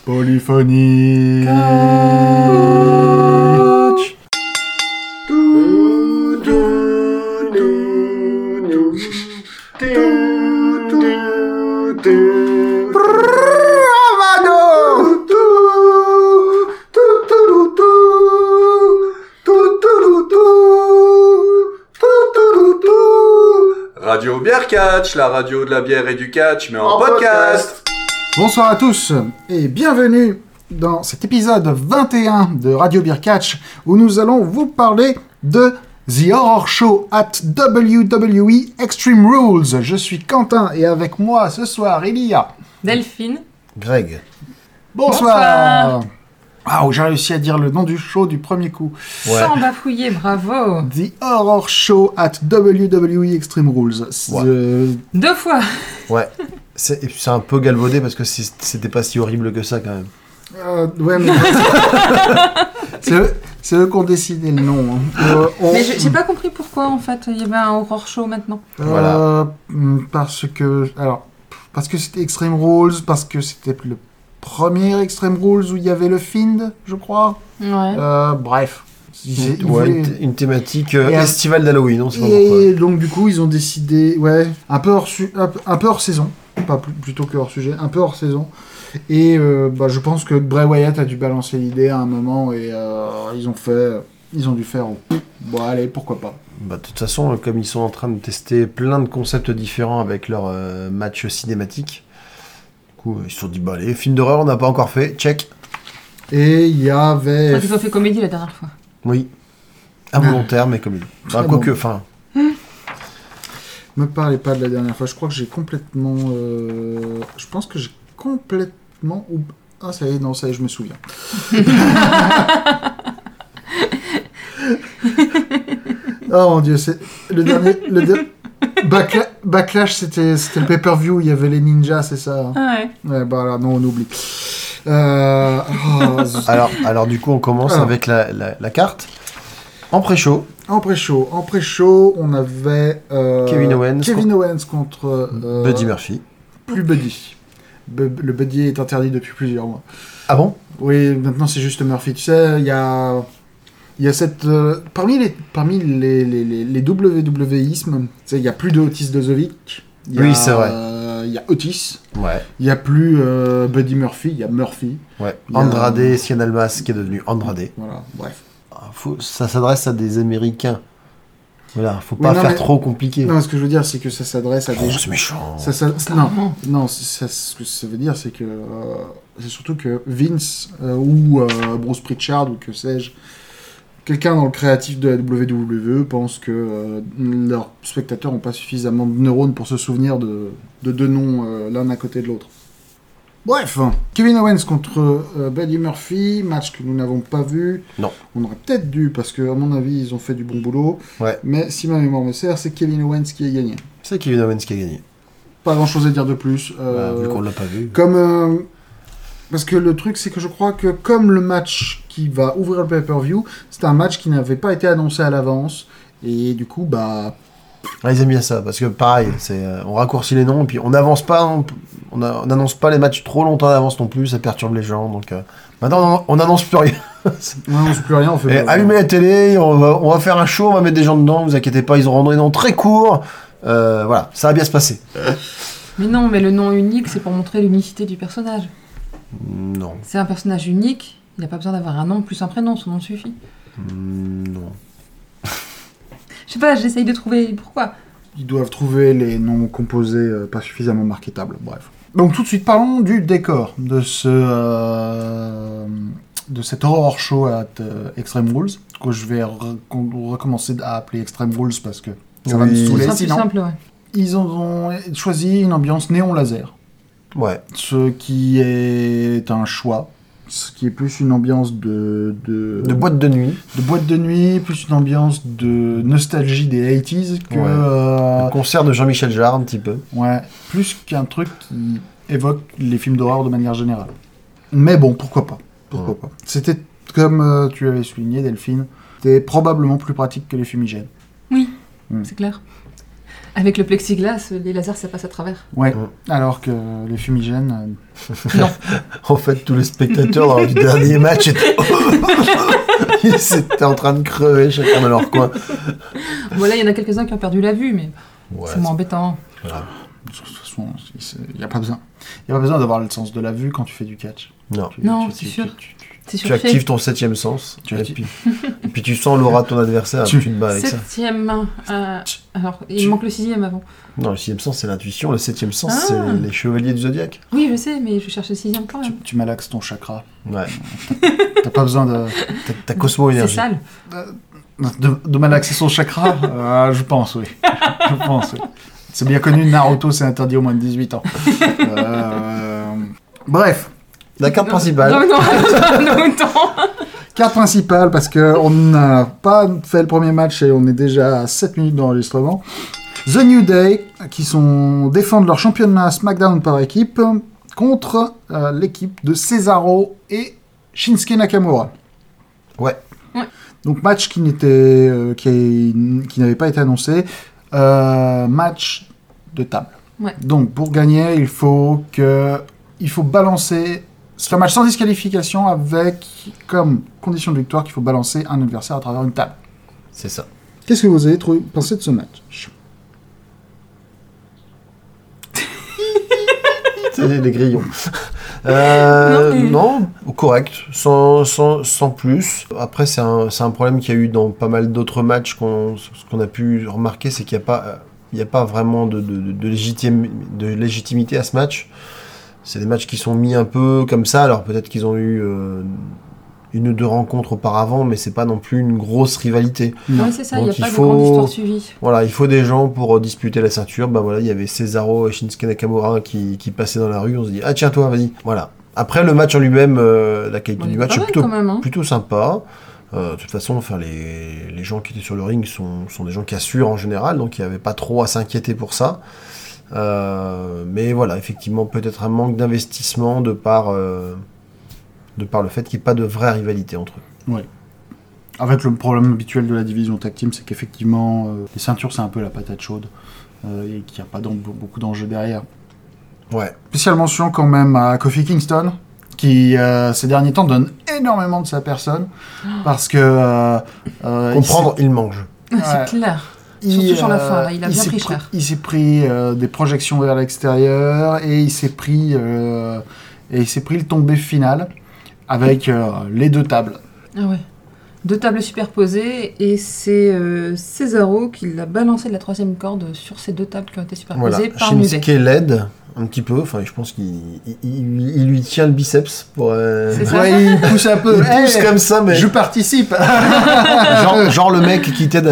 Polyphonie. Catch. Radio Bière Catch, la radio de la bière et du catch, mais en podcast. Bonsoir à tous et bienvenue dans cet épisode 21 de Radio Beer Catch où nous allons vous parler de The Horror Show at WWE Extreme Rules. Je suis Quentin et avec moi ce soir il y a Delphine. Greg. Bonsoir. Ah, j'ai réussi à dire le nom du show du premier coup. Ouais. Sans bafouiller, bravo. The Horror Show at WWE Extreme Rules. Deux fois. Ouais. C'est un peu galvaudé parce que c'était pas si horrible que ça quand même. Ouais, mais c'est eux qui ont décidé le nom. Hein. Mais j'ai pas compris pourquoi en fait il y avait un horror show maintenant. Voilà. Parce que c'était Extreme Rules, parce que c'était le premier Extreme Rules où il y avait le Fiend, je crois. Ouais. Bref. Une thématique estivale d'Halloween, on sait pas pourquoi. Et donc du coup ils ont décidé, un peu hors saison, pas plutôt que hors sujet, un peu hors saison. Et je pense que Bray Wyatt a dû balancer l'idée à un moment et ils ont dû faire bon allez pourquoi pas. De toute façon, comme ils sont en train de tester plein de concepts différents avec leur match cinématique, du coup ils se sont dit bah allez, film d'horreur on n'a pas encore fait, check. Et il y avait... Ils ont fait comédie la dernière fois. Oui. Involontaire mais comme il. Quoique, enfin. Me parlez pas de la dernière fois, je crois que j'ai complètement... Je pense que j'ai complètement... Ah ça y est, non, ça y est, je me souviens. Oh mon dieu, c'est... Le dernier... Backlash, c'était le pay-per-view, il y avait les ninjas, c'est ça. Ouais. Ouais, bah là, non, on oublie. Alors du coup on commence avec la carte. En pré-show. En pré-show, on avait Kevin Owens contre Buddy Murphy. Plus Buddy. Le Buddy est interdit depuis plusieurs mois. Ah bon? Oui, maintenant c'est juste Murphy. Tu sais, il y a cette parmi les WWEismes, tu sais, il y a plus de Otis Dozovic. Oui, c'est vrai. Il y a Otis. Ouais. Il y a plus Buddy Murphy, il y a Murphy. Ouais. Andrade, Cien Almas qui est devenu Andrade. Voilà, bref. Ça s'adresse à des Américains. Voilà, faut pas faire trop compliqué. Non, ce que je veux dire, c'est que ça s'adresse à des... c'est méchant. Non, ce que ça veut dire, c'est que... c'est surtout que Vince ou Bruce Pritchard ou que sais-je, quelqu'un dans le créatif de la WWE pense que leurs spectateurs n'ont pas suffisamment de neurones pour se souvenir de deux noms l'un à côté de l'autre. Bref, Kevin Owens contre Buddy Murphy, match que nous n'avons pas vu. Non. On aurait peut-être dû, parce que à mon avis, ils ont fait du bon boulot. Ouais. Mais si ma mémoire me sert, c'est Kevin Owens qui a gagné. C'est Kevin Owens qui a gagné. Pas grand-chose à dire de plus. Vu qu'on l'a pas vu. Parce que le truc, c'est que je crois que comme le match qui va ouvrir le pay-per-view, c'est un match qui n'avait pas été annoncé à l'avance. Et du coup, ils aiment bien ça, parce que pareil, on raccourcit les noms, et puis on n'avance pas, on n'annonce pas les matchs trop longtemps à l'avance non plus, ça perturbe les gens, donc maintenant on n'annonce plus rien. On n'annonce plus rien, on fait... allumez la télé, on va faire un show, on va mettre des gens dedans, vous inquiétez pas, ils auront des noms très courts, voilà, ça va bien se passer. Mais non, mais le nom unique, c'est pour montrer l'unicité du personnage. Non. C'est un personnage unique, il n'a pas besoin d'avoir un nom plus un prénom, son nom suffit. Non. Je sais pas, j'essaye de trouver pourquoi. Ils doivent trouver les noms composés pas suffisamment marketables, bref. Donc tout de suite, parlons du décor de cet horror show à Extreme Rules, que je vais recommencer à appeler Extreme Rules parce que ça va me saouler. C'est plus simple, ouais. Ils ont choisi une ambiance néon laser. Ouais. Ce qui est un choix. Ce qui est plus une ambiance de boîte de nuit. De boîte de nuit, plus une ambiance de nostalgie des 80s que... Un concert de Jean-Michel Jarre, un petit peu. Ouais, plus qu'un truc qui évoque les films d'horreur de manière générale. Mais bon, pourquoi pas. Pourquoi pas. C'était, comme tu avais souligné, Delphine, c'était probablement plus pratique que les fumigènes. Oui, c'est clair. Avec le plexiglas, les lasers, ça passe à travers. Ouais, Mm. alors que les fumigènes... En fait, tous les spectateurs lors du dernier match étaient... Ils étaient en train de crever chacun dans leur coin. Bon, là, il y en a quelques-uns qui ont perdu la vue, mais Ouais, c'est moins embêtant. voilà. De toute façon, il n'y a pas besoin. Il n'y a pas besoin d'avoir le sens de la vue quand tu fais du catch. Non. Non, c'est sûr. C'est Tu surfait. actives ton 7e sens, Tu et actives- puis tu sens l'aura de ton adversaire, Tu- tu te bats avec ça. 7e. Alors, il manque le 6e avant. Non, le 6e sens, c'est l'intuition, le 7e sens, Ah. c'est les chevaliers du zodiaque. Oui, je sais, mais je cherche le 6e quand même. Tu malaxes ton chakra. Ouais, T'as pas besoin de, ta cosmo-énergie. C'est sale. de malaxer son chakra. Je pense, oui. Je pense, oui. C'est bien connu, Naruto, c'est interdit aux moins de 18 ans. Bref, La carte principale. Non, non, autant. carte principale, parce qu'on n'a pas fait le premier match et on est déjà à 7 minutes d'enregistrement. The New Day, qui défendent leur championnat SmackDown par équipe contre l'équipe de Cesaro et Shinsuke Nakamura. Ouais. Donc match qui n'avait pas été annoncé. Match de table. Ouais. Donc pour gagner, il faut balancer. C'est un match sans disqualification avec comme condition de victoire qu'il faut balancer un adversaire à travers une table. C'est ça. Qu'est-ce que vous avez pensé de ce match? C'est les grillons. Non, mais- Non, correct, sans plus. Après, c'est un problème qu'il y a eu dans pas mal d'autres matchs. Ce qu'on a pu remarquer, c'est qu'il n'y a pas vraiment de légitimité à ce match. C'est des matchs qui sont mis un peu comme ça. Alors peut-être qu'ils ont eu une ou deux rencontres auparavant, mais c'est pas non plus une grosse rivalité. Non. Ouais, c'est ça, il n'y a Donc, pas il de faut- grande histoire suivie. Voilà, il faut des gens pour disputer la ceinture. Ben voilà, il y avait Cesaro et Shinsuke Nakamura qui passaient dans la rue. On se dit, ah tiens toi, vas-y. Voilà. Après le match en lui-même, la qualité Bon, il du est match pas est mal, plutôt, quand même, hein. plutôt sympa. De toute façon, enfin, les gens qui étaient sur le ring sont des gens qui assurent en général, donc il n'y avait pas trop à s'inquiéter pour ça. Mais voilà, effectivement, peut-être un manque d'investissement de par le fait qu'il n'y ait pas de vraie rivalité entre eux. Avec le problème habituel de la division tag team, c'est qu'effectivement, les ceintures, c'est un peu la patate chaude. Et qu'il n'y a pas donc beaucoup d'enjeux derrière. Ouais. Spéciale mention quand même à Kofi Kingston, qui ces derniers temps donne énormément de sa personne. Parce que... Comprendre, il mange. Ouais. C'est clair. Surtout sur la fin, là, il a bien pris cher. Il s'est pris des projections vers l'extérieur et il s'est pris le tombé final avec les deux tables. Ah ouais. 2 tables superposées et c'est Cesaro qui l'a balancé de la 3e corde sur ces 2 tables qui ont été Voilà. superposées par New Day. Shinsuke l'aide un petit peu. Enfin, je pense qu'il lui tient le biceps pour. C'est ça. Ouais, il pousse un peu. Il pousse Hey, comme ça, mais je participe. genre le mec qui t'aide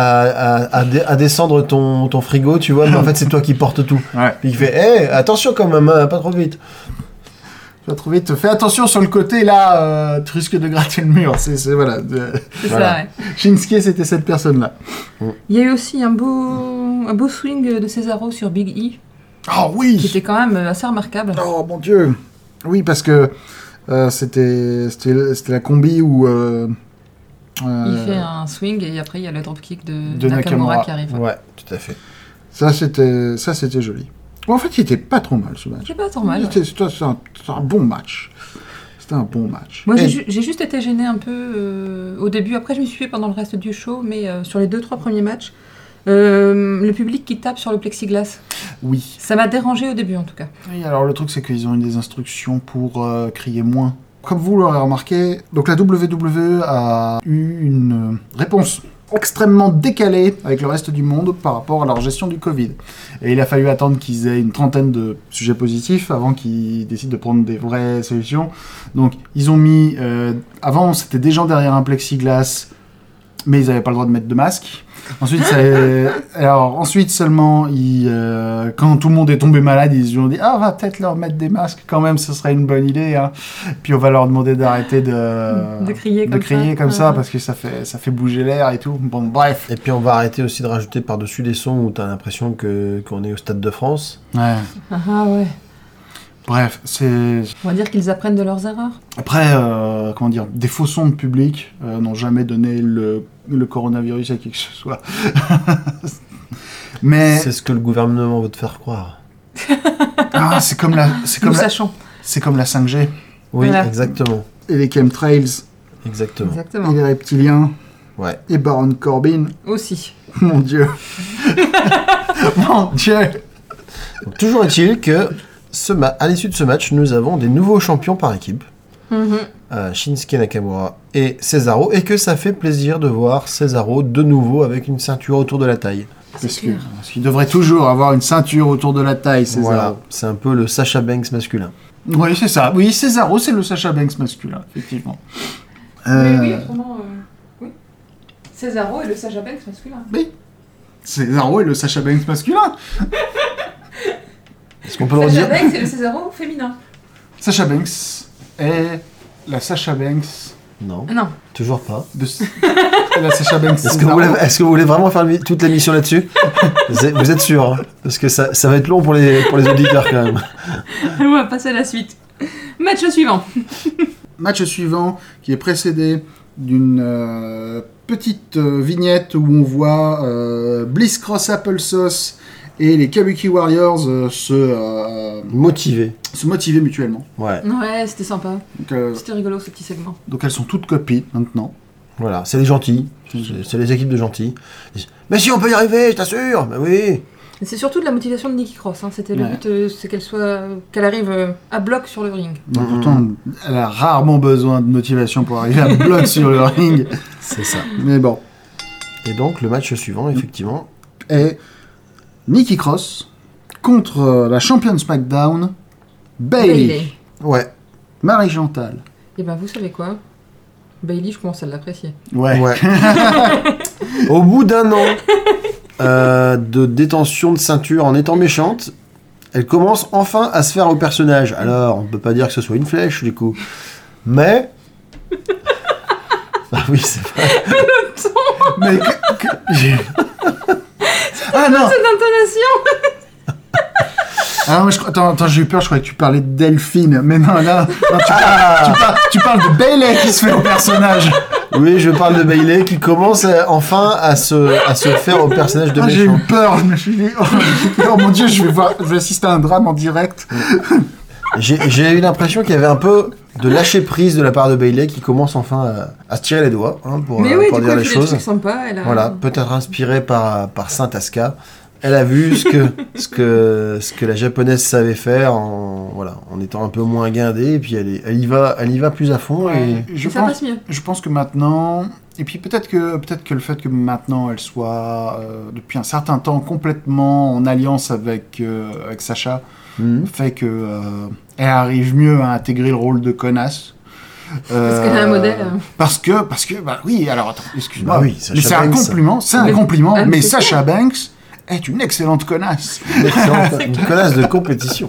à descendre ton frigo, tu vois, mais en fait c'est toi qui portes tout. Ouais. Puis il fait, attention quand même, hein, pas trop vite. Tu vas trop vite. Fais attention sur le côté là, tu risques de gratter le mur. Voilà. C'est Voilà. ça, ouais. Shinsuke, c'était cette personne-là. Il y a eu aussi un beau swing de Cesaro sur Big E, Oh qui oui. était quand même assez remarquable. Oh mon Dieu. Oui, parce que c'était la combi où. Il fait un swing et après il y a le dropkick de de Nakamura Nakamura. qui arrive. Ouais, tout à fait. Ça, c'était joli. Bon, en fait, il était pas trop mal ce match. C'est pas normal. Ouais. C'était un bon match. C'était un bon match. Moi Et- j'ai juste été gênée un peu au début, après je m'y suis fait pendant le reste du show, mais sur les 2-3 premiers matchs, le public qui tape sur le plexiglas, Oui. ça m'a dérangé au début en tout cas. Oui, alors le truc, c'est qu'ils ont eu des instructions pour crier moins. Comme vous l'aurez remarqué, donc la WWE a eu une réponse extrêmement décalée avec le reste du monde par rapport à leur gestion du Covid. Et il a fallu attendre qu'ils aient une trentaine de sujets positifs avant qu'ils décident de prendre des vraies solutions. Donc ils ont mis... avant, c'était des gens derrière un plexiglas, mais ils n'avaient pas le droit de mettre de masque. Ensuite, ensuite seulement, quand tout le monde est tombé malade, ils ont dit « Ah, on va peut-être leur mettre des masques quand même, ce serait une bonne idée. Hein. » Puis on va leur demander d'arrêter de crier comme ça Ouais. parce que ça fait bouger l'air et tout. Bon, bref. Et puis on va arrêter aussi de rajouter par-dessus des sons où t'as l'impression qu'on est au Stade de France. Ouais. Ah ouais. Bref, c'est... On va dire qu'ils apprennent de leurs erreurs. Après, comment dire, des faux sons de public n'ont jamais donné le coronavirus à qui que ce soit. Mais C'est ce que le gouvernement veut te faire croire. c'est comme la Nous sachons. 5G Oui, Voilà. exactement. et les chemtrails Exactement. Exactement. et les reptiliens Ouais. et Baron Corbin. Aussi. Mon Dieu. Mon Dieu. Donc, toujours est-il que à l'issue de ce match, nous avons des nouveaux champions par équipe. Mhm. Shinsuke Nakamura et Cesaro, et que ça fait plaisir de voir Cesaro de nouveau avec une ceinture autour de la taille. Parce clair. qu'il devrait toujours avoir une ceinture autour de la taille, Cesaro. Voilà, c'est un peu le Sasha Banks masculin. Oui, c'est ça. Oui, Cesaro, c'est le Sasha Banks masculin, effectivement. Oui, autrement, oui. Cesaro et le Sasha Banks masculin. Oui. Cesaro est le Sasha Banks masculin. Est-ce qu'on peut le Sasha redire Banks et le Cesaro féminin. Sasha Banks est la Sasha Banks Non, Non. toujours pas. de... la Sasha Banks Est-ce que, Cesaro. est-ce que vous voulez vraiment faire toute l'émission là-dessus Vous êtes sûr hein parce que ça va être long pour les auditeurs quand même. On va passer à la suite. Match suivant. Match suivant qui est précédé d'une petite vignette où on voit Bliss Cross Applesauce et les Kabuki Warriors se motiver mutuellement. Ouais. Ouais, c'était sympa. Donc, C'était rigolo ce petit segment. donc elles sont toutes copines maintenant. Voilà, c'est les gentils. C'est les équipes de gentils. Ils disent, mais si on peut y arriver, je t'assure. Mais oui. Et c'est surtout de la motivation de Nikki Cross. Hein. C'était le Ouais. but, c'est qu'elle arrive à bloc sur le ring. Donc, pourtant, elle a rarement besoin de motivation pour arriver à bloc sur le ring. C'est ça. Mais bon. Et donc le match suivant, effectivement. Et Nikki Cross contre la championne SmackDown, Bayley. Ouais. Marie-Chantal. Et ben vous savez quoi, Bayley, je commence à l'apprécier. Ouais. Ouais. Au bout d'un an de détention de ceinture en étant méchante, elle commence enfin à se faire au personnage. Alors, on peut pas dire que ce soit une flèche, du coup. Mais... Ah oui, c'est vrai. Mais Ah non. Cette intonation. Ah non, mais attends, j'ai eu peur, je croyais que tu parlais de Delphine. Mais non, là, non, tu parles de Bayley qui se fait au personnage. Oui, je parle de Bayley qui commence enfin à se faire au personnage de Ah, j'ai méchant. eu peur, je me suis dit, oh mon Dieu, je vais assister à un drame en direct. J'ai eu l'impression qu'il y avait un peu de lâcher prise de la part de Bayley qui commence enfin à se tirer les doigts hein, pour Mais oui, dire du coup, elle les fait des choses. trucs sympas. Elle a... Voilà, peut-être inspirée par Saint Asuka. Elle a vu ce que la japonaise savait faire en étant un peu moins guindée, et puis elle y va plus à fond. Ouais, Et ça passe mieux. je pense que maintenant, et puis peut-être que le fait que maintenant elle soit depuis un certain temps complètement en alliance avec Sacha fait que elle arrive mieux à intégrer le rôle de connasse. Parce qu'elle a un modèle. Parce que bah oui, alors attends, excuse-moi, Bah oui, mais Sasha c'est un Banks. compliment, Ah, mais mais c'est Sasha Banks est une excellente connasse. Une connasse de compétition.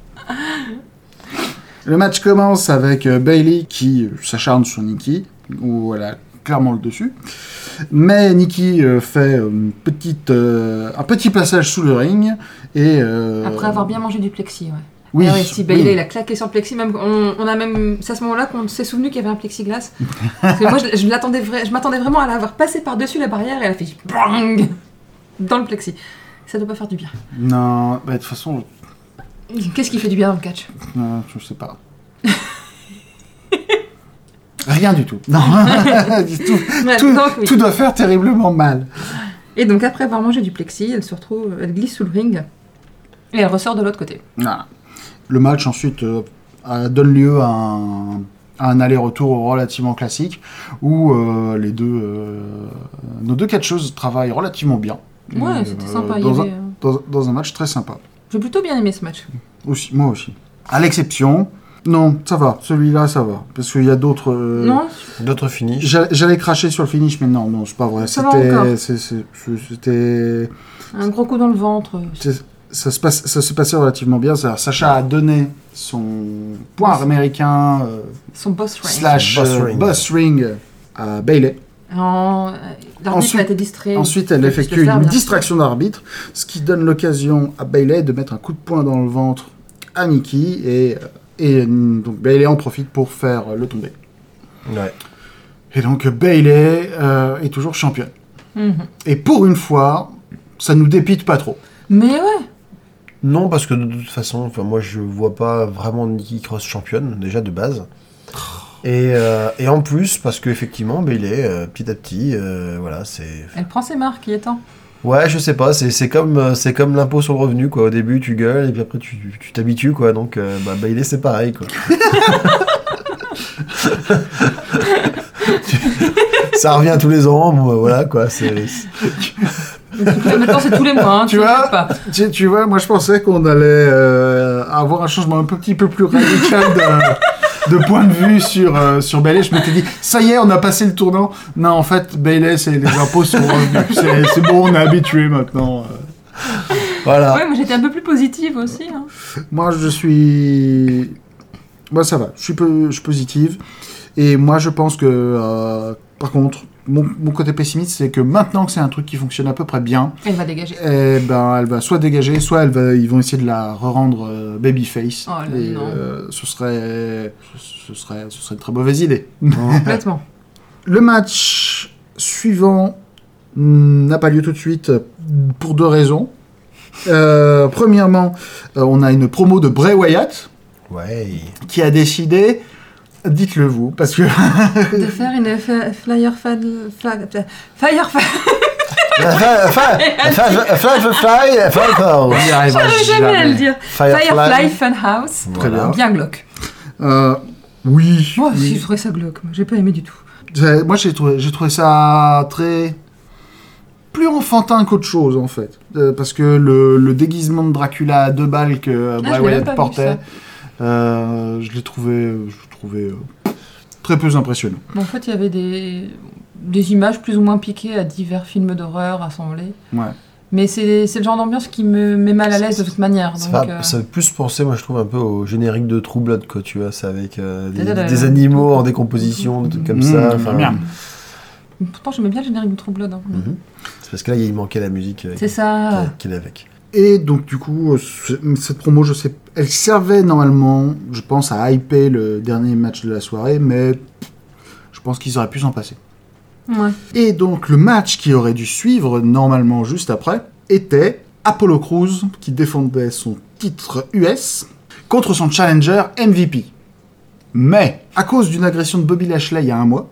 Le match commence avec Bayley qui s'acharne sur Nikki, où elle a clairement le dessus. Mais Nikki fait un petit passage sous le ring. Et, Après avoir bien mangé du plexi, ouais. Oui, Ah ouais, si Bayley oui. il a claqué sur le plexi, même, on a même, c'est à ce moment-là qu'on s'est souvenu qu'il y avait un plexiglas. Parce que moi je m'attendais vraiment à l'avoir passé par-dessus la barrière et elle a fait bang dans le plexi. Ça doit pas faire du bien. Non, bah, de toute façon, Qu'est-ce qui fait du bien dans le catch? je sais pas. Rien du tout. Non, Ouais, tout, donc, oui. tout doit faire terriblement mal. Et donc après avoir mangé du plexi, elle glisse sous le ring et elle ressort de l'autre côté. Voilà. Le match ensuite donne lieu à un aller-retour relativement classique où nos deux catcheuses travaillent relativement bien. Ouais, Et, c'était sympa. dans un match très sympa. J'ai plutôt bien aimé ce match. Moi aussi. À l'exception, non, ça va. Celui-là, ça va. Parce qu'il y a d'autres. Non, D'autres finishes. J'allais cracher sur le finish, mais non, c'est pas vrai. Ça va encore. C'était. un gros coup dans le ventre. Ça se passait relativement bien. Sacha a donné son point américain Son boss ring. slash Boss ring. boss ring à Bayley. L'arbitre Ensuite- a été distrait. Ensuite, elle Il effectue faut le faire, une bien distraction d'arbitre, ce qui donne l'occasion à Bayley de mettre un coup de poing dans le ventre à Nikki. Et donc Bayley en profite pour faire le tomber. Ouais. Et donc Bayley est toujours championne. sûr. Mhm. Et pour une fois, ça nous dépite pas trop. Mais ouais. Non, parce que de toute façon, moi je vois pas vraiment Nikki Cross championne, déjà de base. Et en plus, parce qu'effectivement, Bayley, petit à petit, voilà, c'est... Elle prend ses marques, il est temps. Ouais, je sais pas, c'est comme l'impôt sur le revenu, quoi. Au début, tu gueules, et puis après, tu t'habitues, quoi. Donc, Bayley, c'est pareil, quoi. Ça revient tous les ans, bon, voilà, quoi. Maintenant, c'est tous les mois, hein, Tu vois, tu vois, moi je pensais qu'on allait avoir un changement un petit peu plus radical de point de vue sur Bayley. Je m'étais dit, ça y est, on a passé le tournant. Non, en fait, Bayley, c'est les impôts sur le revenu. C'est bon, on est habitué maintenant. Voilà. Ouais, moi j'étais un peu plus positive aussi. Hein. Moi, je suis... Moi, ça va, je suis positive. Et moi, je pense que, par contre, mon côté pessimiste, c'est que maintenant que c'est un truc qui fonctionne à peu près bien, Elle va dégager. eh ben, elle va soit dégager, soit ils vont essayer de la re-rendre babyface. Oh là, et non. ce serait une très mauvaise idée. Complètement. Le match suivant n'a pas lieu tout de suite pour 2 raisons. Premièrement, on a une promo de Bray Wyatt Ouais. qui a décidé, dites-le vous, parce que De faire une Firefly. J'arrive jamais à le dire. Firefly Funhouse. Très bien. Bien glauque. Oui. Moi aussi, oui. je trouvais ça glauque. Moi, j'ai pas aimé du tout. Moi, j'ai trouvé ça très... plus enfantin qu'autre chose, en fait. Parce que le déguisement de Dracula à 2 balles que Bray je l'ai même Wyatt pas vu, portait, je l'ai trouvé très peu impressionnant. Bon, en fait, il y avait des images plus ou moins piquées à divers films d'horreur assemblés. Ouais. Mais c'est le genre d'ambiance qui me met mal à l'aise de toute manière. Donc, Ça fait plus penser, moi je trouve, un peu au générique de True Blood, quoi, tu vois, c'est avec des Da-da-da. animaux en décomposition, des trucs comme ça. Enfin, bien. Pourtant, j'aimais bien le générique de True Blood. Hein. C'est parce que là, il manquait la musique C'est ça. qu'il est avec. Et donc, du coup, cette promo, je sais, elle servait normalement, je pense, à hyper le dernier match de la soirée, mais je pense qu'ils auraient pu s'en passer. Ouais. Et donc, le match qui aurait dû suivre, normalement, juste après, était Apollo Crews, qui défendait son titre US, contre son challenger MVP. Mais, à cause d'une agression de Bobby Lashley il y a 1 mois,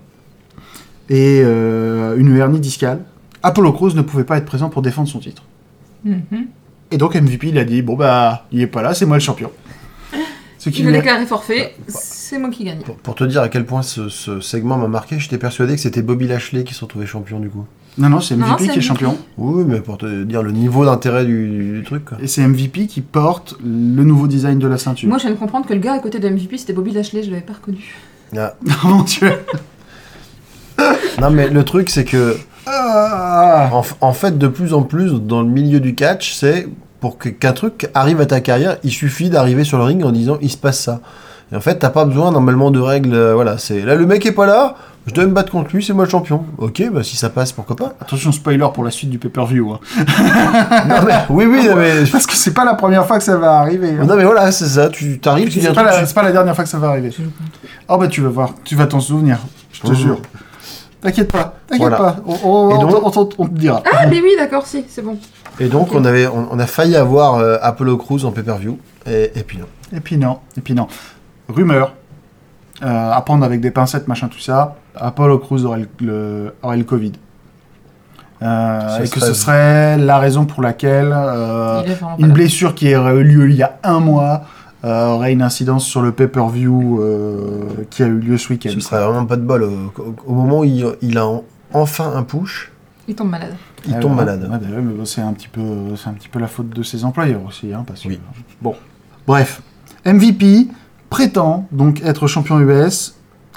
et une hernie discale, Apollo Crews ne pouvait pas être présent pour défendre son titre. Mhm. Et donc MVP, il a dit, bon bah, il est pas là, c'est moi le champion. Ce qui Il a lui a- déclaré forfait, c'est moi qui gagne. Pour te dire à quel point ce segment m'a marqué, j'étais persuadé que c'était Bobby Lashley qui se retrouvait champion du coup. Non, c'est MVP Non, c'est qui est MVP. champion. Oui, mais pour te dire le niveau d'intérêt du truc, quoi. Et c'est MVP qui porte le nouveau design de la ceinture. Moi, je viens de comprendre que le gars à côté de MVP, c'était Bobby Lashley, je l'avais pas reconnu. Ah. Oh mon dieu. Non, mais le truc, c'est que Ah. en fait, de plus en plus, dans le milieu du catch, c'est pour qu'un truc arrive à ta carrière, il suffit d'arriver sur le ring en disant il se passe ça. Et en fait, t'as pas besoin normalement de règles. Voilà, c'est là le mec est pas là, je dois me battre contre lui, c'est moi le champion. Ok, bah si ça passe, pourquoi pas. Attention, spoiler pour la suite du pay-per-view. Hein. Non, mais, oui, non, mais, Parce que c'est pas la première fois que ça va arriver. Hein. non, mais voilà, c'est ça. Tu t'arrives, tu dis un C'est truc. pas la dernière fois que ça va arriver. Oh bah tu vas voir, tu vas t'en souvenir, je te Mhm. jure. T'inquiète pas, Voilà. pas. Et donc- On te dira. Ah, mais oui, d'accord, si, c'est bon. Et donc, Ok. on a failli avoir Apollo Crews en pay-per-view, et puis non. Et puis non. Rumeur. À prendre avec des pincettes, machin, tout ça. Apollo Crews aurait le Covid. Et que ce serait la raison pour laquelle Il est vraiment pas une là. blessure qui aurait eu lieu il y a 1 mois aurait une incidence sur le pay-per-view qui a eu lieu ce week-end. Ce serait vraiment pas de bol. Au moment où il a enfin un push, Il tombe malade. il tombe malade. Ouais, d'ailleurs, mais bon, c'est un petit peu la faute de ses employeurs aussi, hein, parce que... Oui. Bon, bref. MVP prétend donc être champion US.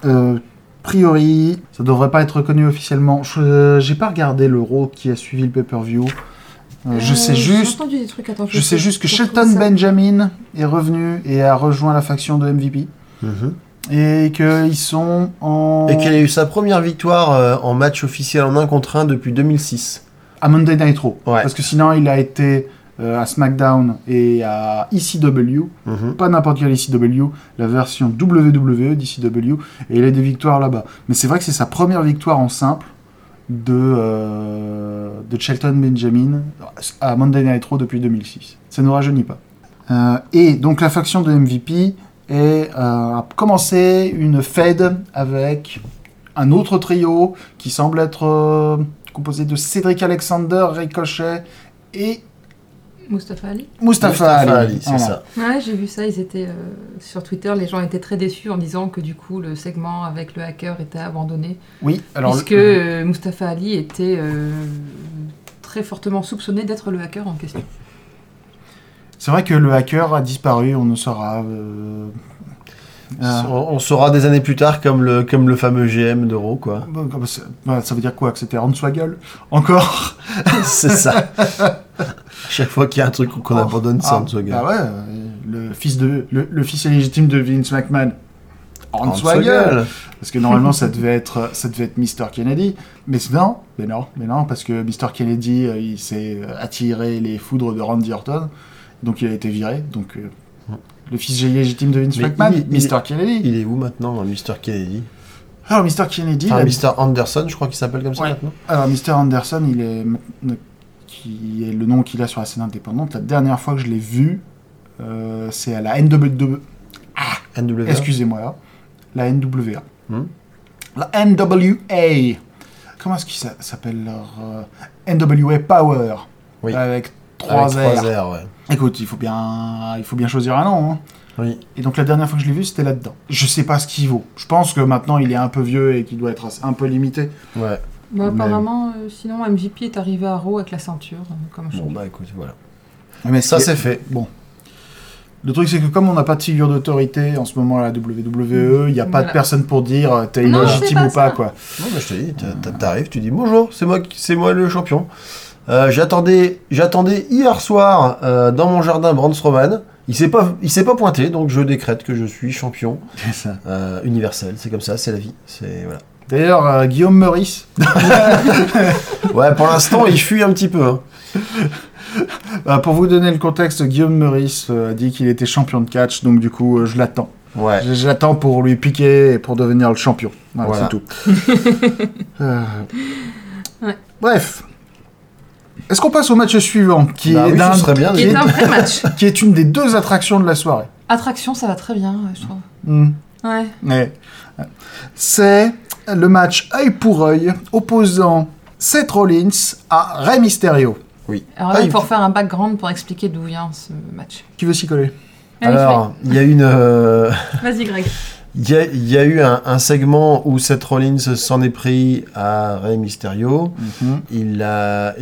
Priori, ça devrait pas être reconnu officiellement. J'ai pas regardé l'Euro qui a suivi le pay-per-view. Je sais J'ai juste... entendu des trucs, attends, Je sais juste que je Shelton retrouve ça. Benjamin est revenu et a rejoint la faction de MVP. Mhm. Et qu'ils sont en... Et qu'il a eu sa première victoire en match officiel en 1 contre 1 depuis 2006. à Monday Night Raw. Ouais. Parce que sinon, il a été à SmackDown et à ECW. Mhm. Pas n'importe quel ECW, la version WWE d'ECW. Et il a des victoires là-bas. Mais c'est vrai que c'est sa première victoire en simple. de Shelton Benjamin à Monday Night Raw depuis 2006. Ça ne rajeunit pas. Et donc la faction de MVP a commencé une feud avec un autre trio qui semble être composé de Cedric Alexander, Ricochet et Mustafa Ali. Mustafa Ali, c'est ça. Ouais, j'ai vu ça. Ils étaient sur Twitter. Les gens étaient très déçus en disant que du coup le segment avec le hacker était abandonné. Oui, alors puisque Mustafa Ali était très fortement soupçonné d'être le hacker en question. c'est vrai que le hacker a disparu, on ne saura. On saura des années plus tard comme le fameux GM de Raw, quoi. Ça veut dire quoi? Que c'était Hornswoggle? Encore? C'est ça. Chaque fois qu'il y a un truc qu'on abandonne, c'est Hornswoggle. Bah ouais, le fils illégitime de Vince McMahon. Hornswoggle. Parce que normalement ça devait être Mr. Kennedy. Mais non, parce que Mr. Kennedy il s'est attiré les foudres de Randy Orton, donc il a été viré. Donc le fils illégitime de Vince McMahon, Mr. Kennedy. Il est où maintenant, Mr. Kennedy? Alors Mr. Kennedy, Enfin, Mr. Anderson, je crois qu'il s'appelle comme ça Ouais. maintenant. Alors Mr. Anderson, qui est le nom qu'il a sur la scène indépendante. La dernière fois que je l'ai vu, c'est à la NWA. NWA. Excusez-moi, la NWA. Hmm. La NWA. Comment est-ce qu'ils s'appelle leur NWA Power? Oui. Avec 3 Avec R. 3 R, ouais. Écoute, il faut bien choisir un nom. Hein. Oui. Et donc la dernière fois que je l'ai vu, c'était là-dedans. Je sais pas ce qu'il vaut. Je pense que maintenant il est un peu vieux et qu'il doit être un peu limité. Ouais. Bah, apparemment, sinon MVP est arrivé à Raw avec la ceinture, comme Bon, champion. bah écoute, voilà. Mais Ça, c'est fait. Bon. Le truc, c'est que comme on n'a pas de figure d'autorité en ce moment à la WWE, il n'y a pas de personne pour dire t'es Non, illégitime c'est pas ou pas, ça. quoi. Non, mais je te dis, t'arrives, tu dis bonjour, c'est moi le champion. J'attendais hier soir dans mon jardin Braun Strowman. Il s'est pas pointé, donc je décrète que je suis champion C'est ça. universel. C'est comme ça, c'est la vie. C'est voilà. D'ailleurs, Guillaume Meurice, Ouais, pour l'instant, il fuit un petit peu. Hein. pour vous donner le contexte, Guillaume Meurice a dit qu'il était champion de catch, donc du coup, je l'attends. Ouais. Je l'attends pour lui piquer et pour devenir le champion. Voilà. C'est tout. Ouais. Bref. Est-ce qu'on passe au match suivant, qui Bah est oui, d'un- ce serait bien. Qui est un vrai match. qui est une des 2 attractions de la soirée. Attraction, ça va très bien, ouais, je trouve. Ouais. Ouais. C'est le match œil pour œil opposant Seth Rollins à Rey Mysterio. Alors là, Ah, il faut faire un background pour expliquer d'où vient ce match. Qui veut s'y coller? Allez, Alors, il y a Vas-y, Greg. il y a eu un segment où Seth Rollins s'en est pris à Rey Mysterio. Il l'a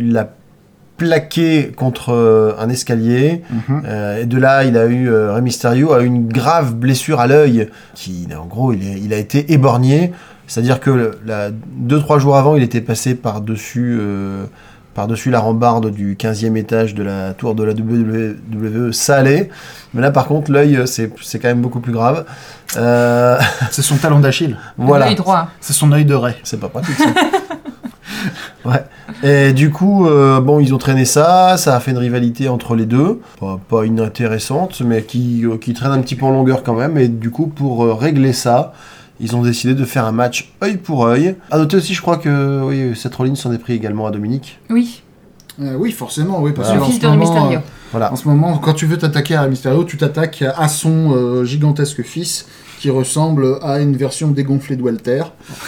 plaqué contre un escalier. Et de là, Rey Mysterio a eu une grave blessure à l'œil. En gros, il a été éborgné. C'est-à-dire que 2-3 jours avant, il était passé par-dessus la rambarde du 15e étage de la tour de la WWE. Ça allait. Mais là, par contre, l'œil, c'est quand même beaucoup plus grave. C'est son talon d'Achille. Voilà. L'œil droit. C'est son œil de Rey. C'est pas pratique, ça. Ouais. Et du coup, ils ont traîné ça a fait une rivalité entre les deux, pas inintéressante, mais qui traîne un petit peu en longueur quand même, et du coup, pour régler ça, ils ont décidé de faire un match œil pour œil. À noter aussi, je crois que Seth Rollins s'en est pris également à Dominique. Oui, Oui, forcément, oui, parce le qu'en fils ce de Rey moment, Mysterio. Voilà. en ce moment, quand tu veux t'attaquer à Rey Mysterio, tu t'attaques à son gigantesque fils qui ressemble à une version dégonflée de Walter.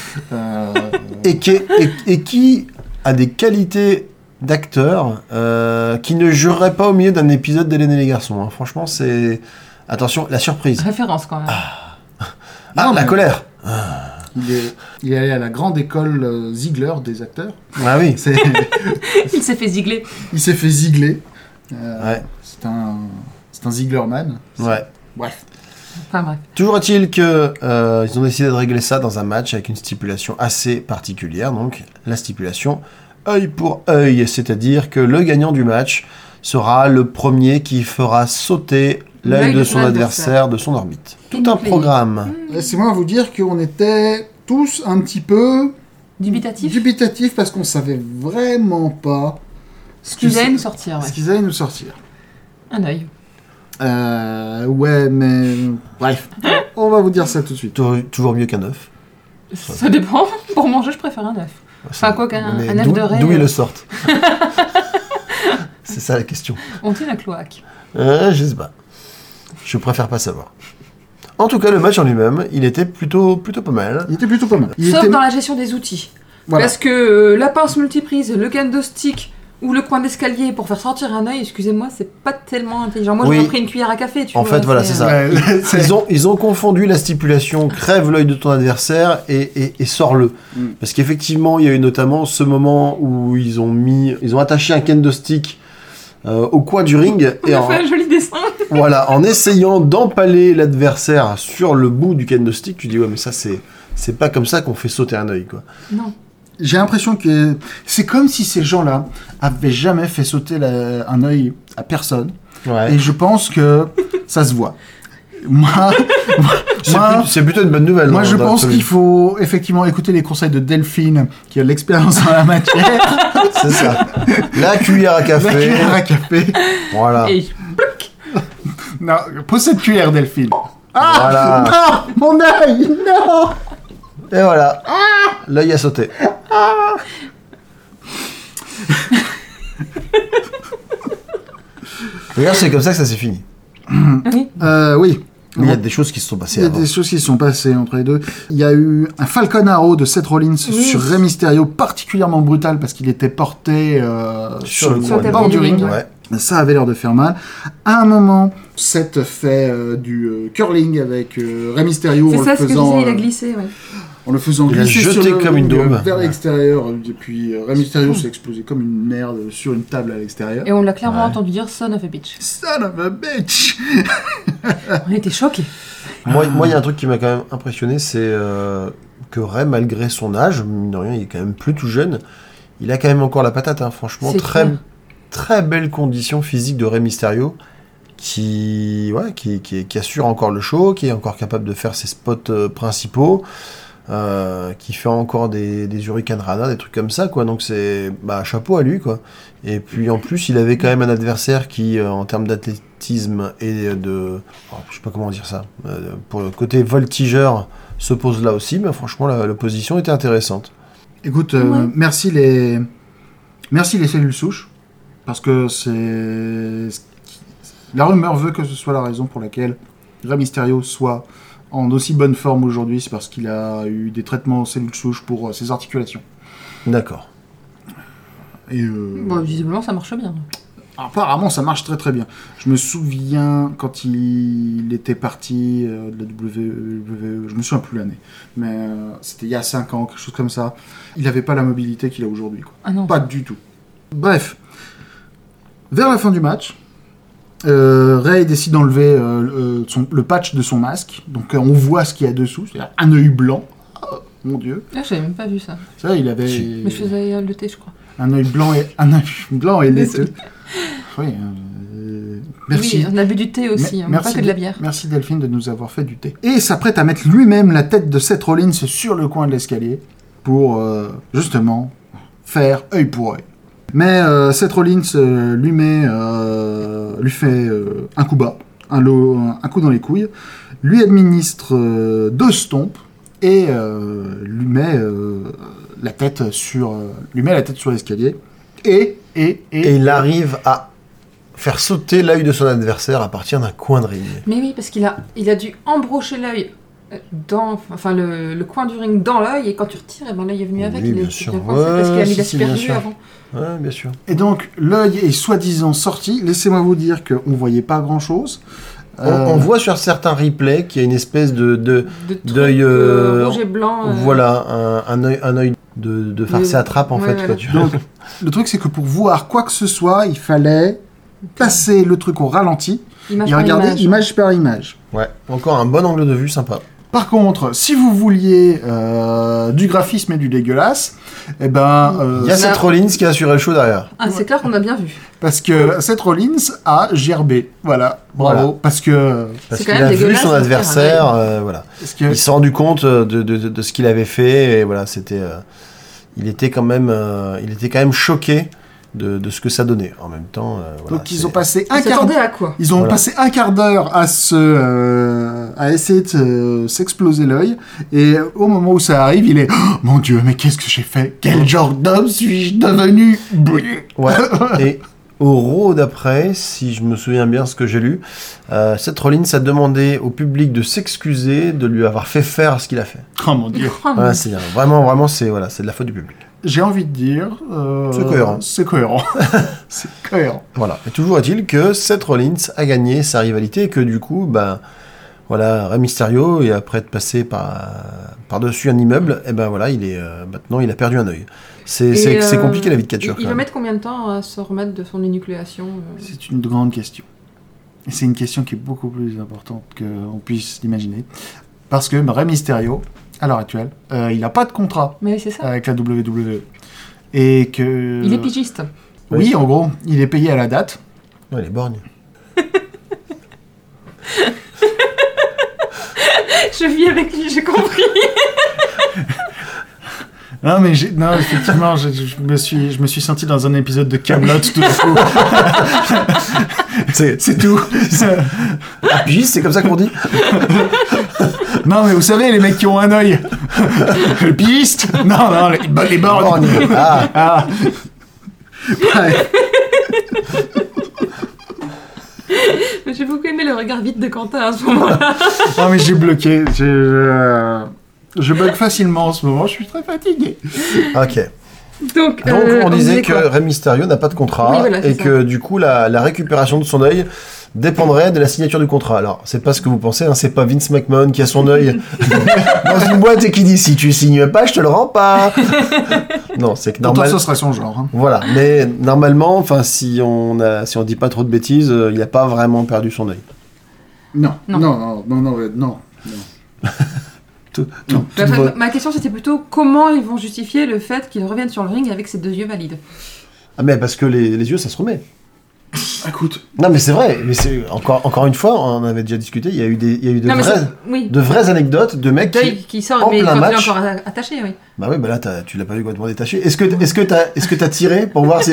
Et qui a des qualités d'acteur qui ne jouerait pas au milieu d'un épisode d'Hélène et les garçons. Hein. Franchement, c'est... Attention, la surprise. Référence quand même. Non, la mais- colère. Il est allé à la grande école Ziegler des acteurs. Ah oui. Il s'est fait zigler. Il s'est fait zigler. Ouais. C'est un Zieglerman. Ouais. Bref. Enfin bref. Toujours est-il que ils ont décidé de régler ça dans un match avec une stipulation assez particulière. Donc la stipulation œil pour œil, c'est-à-dire que le gagnant du match sera le premier qui fera sauter l'œil de son adversaire de son orbite. Tout un programme. Laissez-moi vous dire qu'on était tous un petit peu Dubitatif. dubitatifs parce qu'on savait vraiment pas Ce qu'ils allaient nous sortir, ce ouais. qu'ils allaient nous sortir. Un œil. Ouais, mais bref, on va vous dire ça tout de suite. Toujours mieux qu'un œuf. Ça dépend. Pour manger, je préfère un œuf. Enfin, quoi qu'un Mais un œuf de raie. D'où ils le sortent C'est ça la question. Ont-ils la cloaque? Je sais pas. Je préfère pas savoir. En tout cas, le match en lui-même, il était plutôt pas mal. Il était plutôt pas mal. Sauf dans la gestion des outils. Voilà. Parce que la pince multiprise, le kendo stick ou le coin d'escalier pour faire sortir un œil, excusez-moi, c'est pas tellement intelligent. Moi, Oui. j'aurais pris une cuillère à café, tu vois. En fait, voilà, c'est ça. Ouais, c'est- Ils ont confondu la stipulation crève l'œil de ton adversaire et sors-le. Mm. Parce qu'effectivement, il y a eu notamment ce moment où ils ont attaché un kendo stick au coin du ring On et a fait un joli dessin. voilà, en essayant d'empaler l'adversaire sur le bout du kendo stick, tu dis ouais mais ça c'est pas comme ça qu'on fait sauter un œil quoi. Non. J'ai l'impression que c'est comme si ces gens-là avaient jamais fait sauter un œil à personne. Ouais. Et je pense que ça se voit. Moi, C'est plutôt une bonne nouvelle. moi hein, je dans pense l'absolu. qu'il faut effectivement écouter les conseils de Delphine, qui a de l'expérience en la matière. C'est ça. La cuillère à La café. cuillère à café. Voilà. Et Non, pose cette cuillère, Delphine. Voilà. Ah, mon œil, non. Et voilà. L'œil a sauté. Regarde, c'est comme ça que ça s'est fini. Oui. Mais il y a des choses qui se sont passées Il y a avant. des choses qui se sont passées entre les deux. Il y a eu un Falcon Arrow de Seth Rollins sur Rey Mysterio, particulièrement brutal parce qu'il était porté sur le Sur le bord du tapis ring. du ring, Ouais. Ça avait l'air de faire mal. À un moment, Seth fait du curling avec Rey Mysterio c'est en ça le ce que je faisant, disais, il a glissé, ouais. en le faisant Il a glisser jeté sur le comme une ring daube. vers l'extérieur. Et puis Rey Mysterio s'est explosé comme une merde sur une table à l'extérieur. Et on l'a clairement Ouais. entendu dire son of a bitch. Son of a bitch. On était choqués. Moi, il y a un truc qui m'a quand même impressionné, c'est que Rey, malgré son âge, mine de rien, il est quand même plus tout jeune, il a quand même encore la patate, hein, franchement. C'est Très, clair. très belle condition physique de Rey Mysterio, qui assure encore le show, qui est encore capable de faire ses spots principaux, qui fait encore des Hurricane Rana, des trucs comme ça, quoi. Donc c'est chapeau à lui, quoi. Et puis en plus, il avait quand même un adversaire qui, en termes d'athlétisme et je sais pas comment dire ça, pour le côté voltigeur, se pose là aussi, mais franchement, l'opposition était intéressante. Écoute, Ouais. merci les cellules souches, parce que la rumeur veut que ce soit la raison pour laquelle Rey Mysterio soit en aussi bonne forme aujourd'hui, c'est parce qu'il a eu des traitements aux cellules souches pour ses articulations. D'accord. Et Bon, visiblement, ça marche bien. apparemment, ça marche très très bien. Je me souviens quand il était parti de la WWE, je me souviens plus l'année, mais c'était il y a 5 ans, quelque chose comme ça. Il n'avait pas la mobilité qu'il a aujourd'hui, quoi. Ah non. Pas du tout. Bref, vers la fin du match, Rey décide d'enlever le patch de son masque. Donc on voit ce qu'il y a dessous, c'est-à-dire un œil blanc. Oh, mon Dieu. Ah, j'avais même pas vu ça. Ça, il avait Mais je faisais le thé, je crois. un œil blanc et laiteux. Oui. Merci. Oui, on a bu du thé aussi, hein, pas que de la bière. Merci Delphine de nous avoir fait du thé. Et il s'apprête à mettre lui-même la tête de Seth Rollins sur le coin de l'escalier pour justement faire œil pour œil. Mais Seth Rollins lui fait un coup bas, un coup dans les couilles, lui administre 2 stompes et lui met la tête sur l'escalier. Et Et il arrive à faire sauter l'œil de son adversaire à partir d'un coin de ring. Mais oui, parce qu'il a dû embrocher l'œil dans le coin du ring dans l'œil, et quand tu retires, l'œil est venu avec. Oui, Il bien est sûr. bien coincé, parce qu'il a mis si, si, bien l'asperdu sûr. avant. Ouais, bien sûr. Et donc, l'œil est soi-disant sorti. Laissez-moi vous dire qu'on ne voyait pas grand-chose. On voit sur certains replays qu'il y a une espèce de trucs, d'œil rouge et blanc. voilà, un œil de farce à trappe en Ouais, fait. voilà. Quoi, tu vois. Donc, le truc, c'est que pour voir quoi que ce soit, il fallait passer le truc au ralenti Image et par regarder image par image. Ouais, encore un bon angle de vue sympa. Par contre, si vous vouliez du graphisme et du dégueulasse, eh ben, Il y a Seth Rollins qui a assuré le show derrière. Ah, c'est clair qu'on a bien vu. parce que Seth Rollins a gerbé. Voilà, bravo. Voilà. Parce que, Parce C'est quand qu'il même a vu dégueulasse son de faire un adversaire, voilà. parce que Il s'est rendu compte de ce qu'il avait fait et voilà, c'était. Il était quand même choqué de ce que ça donnait. En même temps, voilà, donc ils ont passé un On quart s'attendait à quoi? Ils ont Voilà. passé un quart d'heure à se à essayer de s'exploser l'œil. Et au moment où ça arrive, il est oh, mon Dieu, mais qu'est-ce que j'ai fait? Quel genre d'homme suis-je devenu? Ouais. Et au Raw d'après, si je me souviens bien ce que j'ai lu, Seth Rollins a demandé au public de s'excuser de lui avoir fait faire ce qu'il a fait. Oh mon Dieu. Voilà, c'est vraiment c'est de la faute du public. J'ai envie de dire... C'est cohérent. C'est cohérent. C'est cohérent. Voilà. Et toujours est-il que Seth Rollins a gagné sa rivalité et que du coup, voilà, Rey Mysterio, et après être passé par-dessus un immeuble, et ben voilà, maintenant il a perdu un œil. C'est compliqué la vie de catcheur. Il va mettre combien de temps à se remettre de son énucléation C'est une grande question. Et c'est une question qui est beaucoup plus importante qu'on puisse l'imaginer. Parce que Rey Mysterio, à l'heure actuelle, il n'a pas de contrat Mais c'est ça. avec la WWE. Et que... Il est pigiste. Oui, en gros, il est payé à la date. Ouais, il est borgne. Je vis avec lui, j'ai compris. Non, mais effectivement, je me suis senti dans un épisode de Kaamelott tout d'un coup. C'est tout. Ah, pigiste, c'est comme ça qu'on dit. Non, mais vous savez, les mecs qui ont un œil. Le pigiste. Non, les borgnes. Ah. Ouais. J'ai beaucoup aimé le regard vide de Quentin à ce moment-là. Non, mais j'ai bloqué. Je bug facilement en ce moment, je suis très fatigué. Ok. Donc on disait que Rey Mysterio n'a pas de contrat, oui, voilà, et que du coup la récupération de son œil dépendrait de la signature du contrat. Alors c'est pas ce que vous pensez, c'est pas Vince McMahon qui a son œil dans une boîte et qui dit si tu signes pas je te le rends pas. Non, c'est que normalement ce serait son genre. Hein. Voilà, mais normalement, si on dit pas trop de bêtises, il a pas vraiment perdu son œil. Non. Ma question c'était plutôt comment ils vont justifier le fait qu'ils reviennent sur le ring avec ses 2 yeux valides. Ah mais parce que les yeux ça se remet. Écoute. Non mais c'est vrai, mais c'est encore une fois, on en avait déjà discuté, il y a eu de vraies anecdotes de mecs qui sortent mais plein quand match. il est encore attaché, oui. Bah oui, là tu l'as pas vu complètement détaché. Est-ce que t'as tiré pour voir si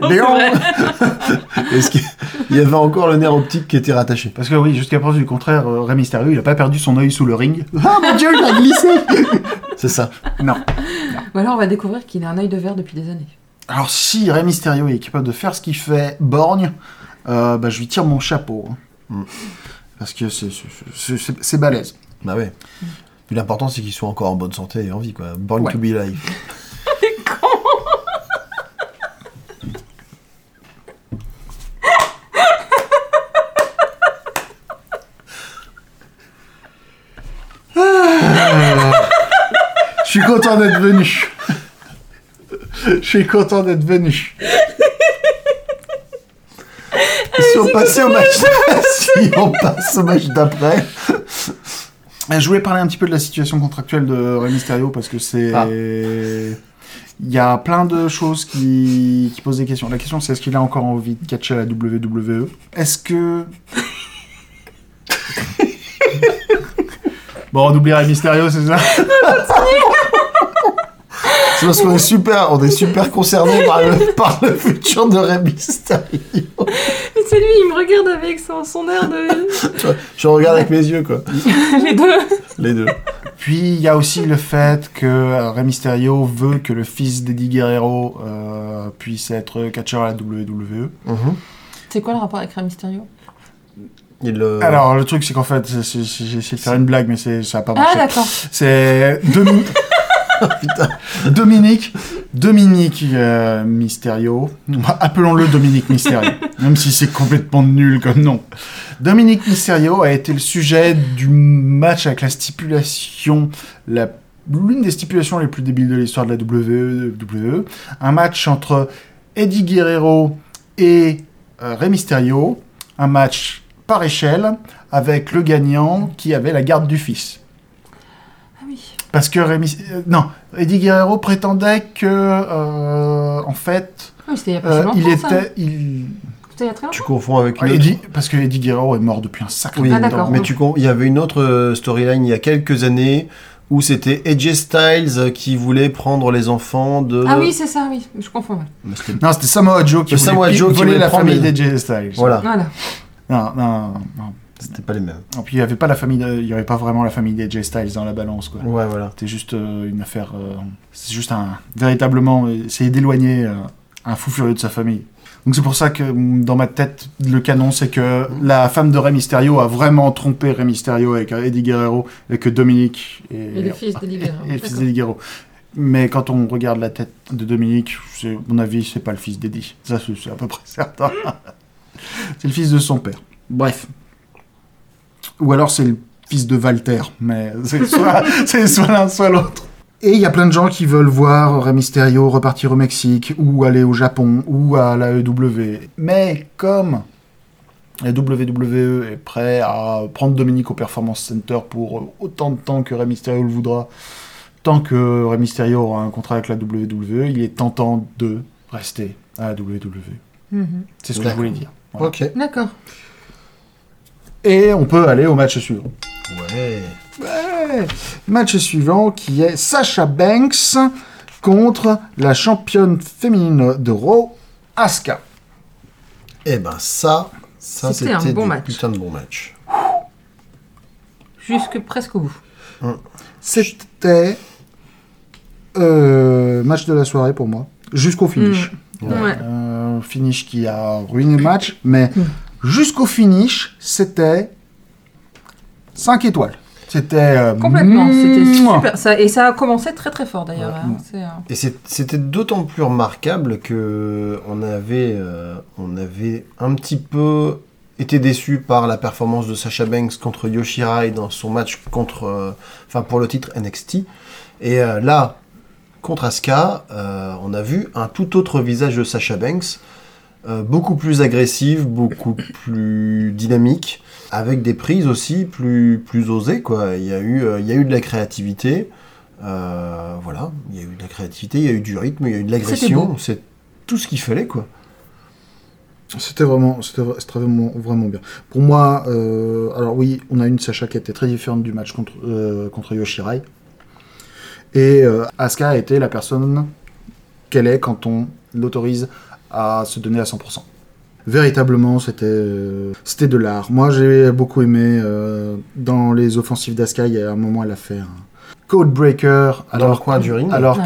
est-ce qu'il y avait encore le nerf optique qui était rattaché? Parce que oui, jusqu'à preuve du contraire, Rey Mysterio, il a pas perdu son œil sous le ring. Ah mon Dieu, il a glissé. C'est ça. Non. Ou alors on va découvrir qu'il a un œil de verre depuis des années. Alors si Rey Mysterio est capable de faire ce qu'il fait, borgne, je lui tire mon chapeau. Hein. Parce que c'est balèze. Bah ouais. Puis l'important c'est qu'il soit encore en bonne santé et en vie, quoi. Born to be alive. Je suis content d'être venu. Si on passe au match d'après. Je voulais parler un petit peu de la situation contractuelle de Rey Mysterio parce que c'est... Il y a plein de choses qui posent des questions. La question c'est est-ce qu'il a encore envie de catcher à la WWE? Est-ce que... Bon, on oublie Rey Mysterio, c'est ça? C'est parce qu'on est super concernés par le futur de Rey Mysterio. Mais c'est lui, il me regarde avec son air de... Je regarde avec mes yeux, quoi. Les deux. Puis il y a aussi le fait que Rey Mysterio veut que le fils d'Eddie Guerrero puisse être catcheur à la WWE. C'est quoi le rapport avec Rey Mysterio? Alors, le truc, c'est qu'en fait, j'ai essayé de faire une blague, mais ça n'a pas marché. Ah, d'accord. C'est Dominique Mysterio. Appelons-le Dominique Mysterio, même si c'est complètement nul comme nom. Dominique Mysterio a été le sujet du match avec la stipulation, l'une des stipulations les plus débiles de l'histoire de la WWE. Un match entre Eddie Guerrero et Rey Mysterio. Un match par échelle, avec le gagnant qui avait la garde du fils. Ah oui. Parce que Eddie Guerrero prétendait que, en fait, oui, c'était il y a pas si longtemps, il ça. était... C'était il y a très longtemps. Tu confonds avec une autre... Parce que Eddie Guerrero est mort depuis un sacré oui, temps. Mais il y avait une autre storyline il y a quelques années où c'était AJ Styles qui voulait prendre les enfants de... Ah oui, c'est ça, oui. Je confonds. Ouais. Non, c'était Samoa Joe qui voulait voler la famille d'AJ Styles. Voilà. Non. C'était pas les mêmes. Et puis il y avait pas il y avait pas vraiment la famille des J Styles dans la balance, quoi. Ouais, voilà. C'était juste une affaire. C'est juste véritablement essayer d'éloigner un fou furieux de sa famille. Donc c'est pour ça que dans ma tête, le canon, c'est que la femme de Rey Mysterio a vraiment trompé Rey Mysterio avec Eddie Guerrero et que Dominique Et le fils d'Eddie Guerrero. et le fils d'Eddie Guerrero. Mais quand on regarde la tête de Dominique, à mon avis, c'est pas le fils d'Eddie. Ça, c'est à peu près certain. C'est le fils de son père. Bref. Ou alors c'est le fils de Walter, mais c'est soit l'un, soit l'autre. Et il y a plein de gens qui veulent voir Rey Mysterio repartir au Mexique, ou aller au Japon, ou à la EW. Mais comme la WWE est prêt à prendre Dominique au Performance Center pour autant de temps que Rey Mysterio le voudra, tant que Rey Mysterio aura un contrat avec la WWE, il est tentant de rester à la WWE. C'est ce que je voulais dire. Voilà. Ok. D'accord. Et on peut aller au match suivant. Ouais. Ouais. Match suivant qui est Sasha Banks contre la championne féminine de Raw, Asuka. Eh ben ça C'était un bon match. Putain de bon match. Jusque presque au bout. C'était match de la soirée pour moi, jusqu'au finish. Ouais. Finish qui a ruiné le match, mais jusqu'au finish, c'était 5 étoiles. C'était Complètement, c'était super. Et ça a commencé très très fort d'ailleurs. Ouais. Hein. Et c'était d'autant plus remarquable que on avait un petit peu été déçu par la performance de Sasha Banks contre Yoshirai dans son match pour le titre NXT. Et là, contre Asuka, on a vu un tout autre visage de Sasha Banks, beaucoup plus agressif, beaucoup plus dynamique, avec des prises aussi plus osées, quoi. Il y a eu de la créativité, voilà, il y a eu de la créativité, il y a eu du rythme, il y a eu de l'agression, c'est tout ce qu'il fallait, quoi. C'était vraiment bien. Pour moi, alors oui, on a une Sasha qui était très différente du match contre Yoshirai. Et Asuka a été la personne qu'elle est quand on l'autorise à se donner à 100%. Véritablement, c'était de l'art. Moi, j'ai beaucoup aimé dans les offensives d'Asuka, il y a un moment, elle a fait un code breaker Dans le coin du ring. alors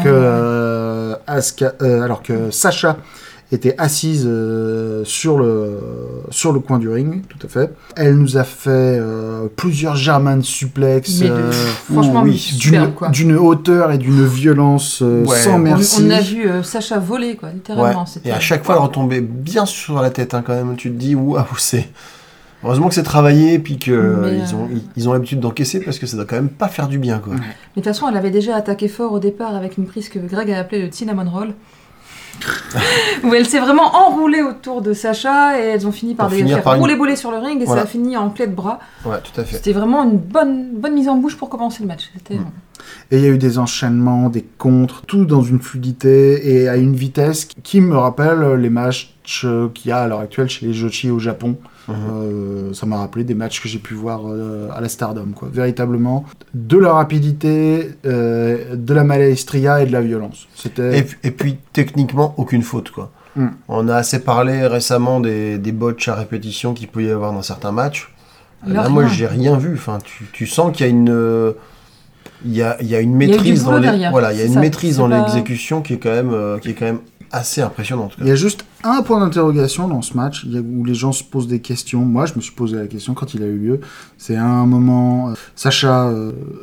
que Sasha était assise sur le coin du ring, tout à fait. Elle nous a fait plusieurs German suplex, franchement, super, quoi. d'une hauteur et d'une violence sans merci. On a vu Sasha voler, quoi, littéralement. Ouais. Et à chaque fois, elle retombait bien sur la tête, hein, quand même. Tu te dis, waouh, c'est... Heureusement que c'est travaillé, puis qu'ils ont l'habitude d'encaisser, parce que ça doit quand même pas faire du bien, quoi. Mais de toute façon, elle avait déjà attaqué fort au départ avec une prise que Greg a appelée le cinnamon roll. Où elle s'est vraiment enroulée autour de Sasha et elles ont fini par faire rouler sur le ring et ça a fini en clé de bras. Ouais, tout à fait. C'était vraiment une bonne mise en bouche pour commencer le match. Et il y a eu des enchaînements, des contres, tout dans une fluidité et à une vitesse qui me rappelle les matchs qu'il y a à l'heure actuelle chez les Joshi au Japon. Ça m'a rappelé des matchs que j'ai pu voir à la Stardom, quoi. Véritablement, de la rapidité, de la maestria et de la violence. Et puis, techniquement, aucune faute, quoi. On a assez parlé récemment des botches à répétition qu'il peut y avoir dans certains matchs. Là, moi, j'ai rien vu. Enfin, tu sens qu'il y a une... Il y a une maîtrise dans l'exécution qui est quand même assez impressionnante. Il y a juste un point d'interrogation dans ce match où les gens se posent des questions. Moi, je me suis posé la question quand il a eu lieu. C'est à un moment, Sasha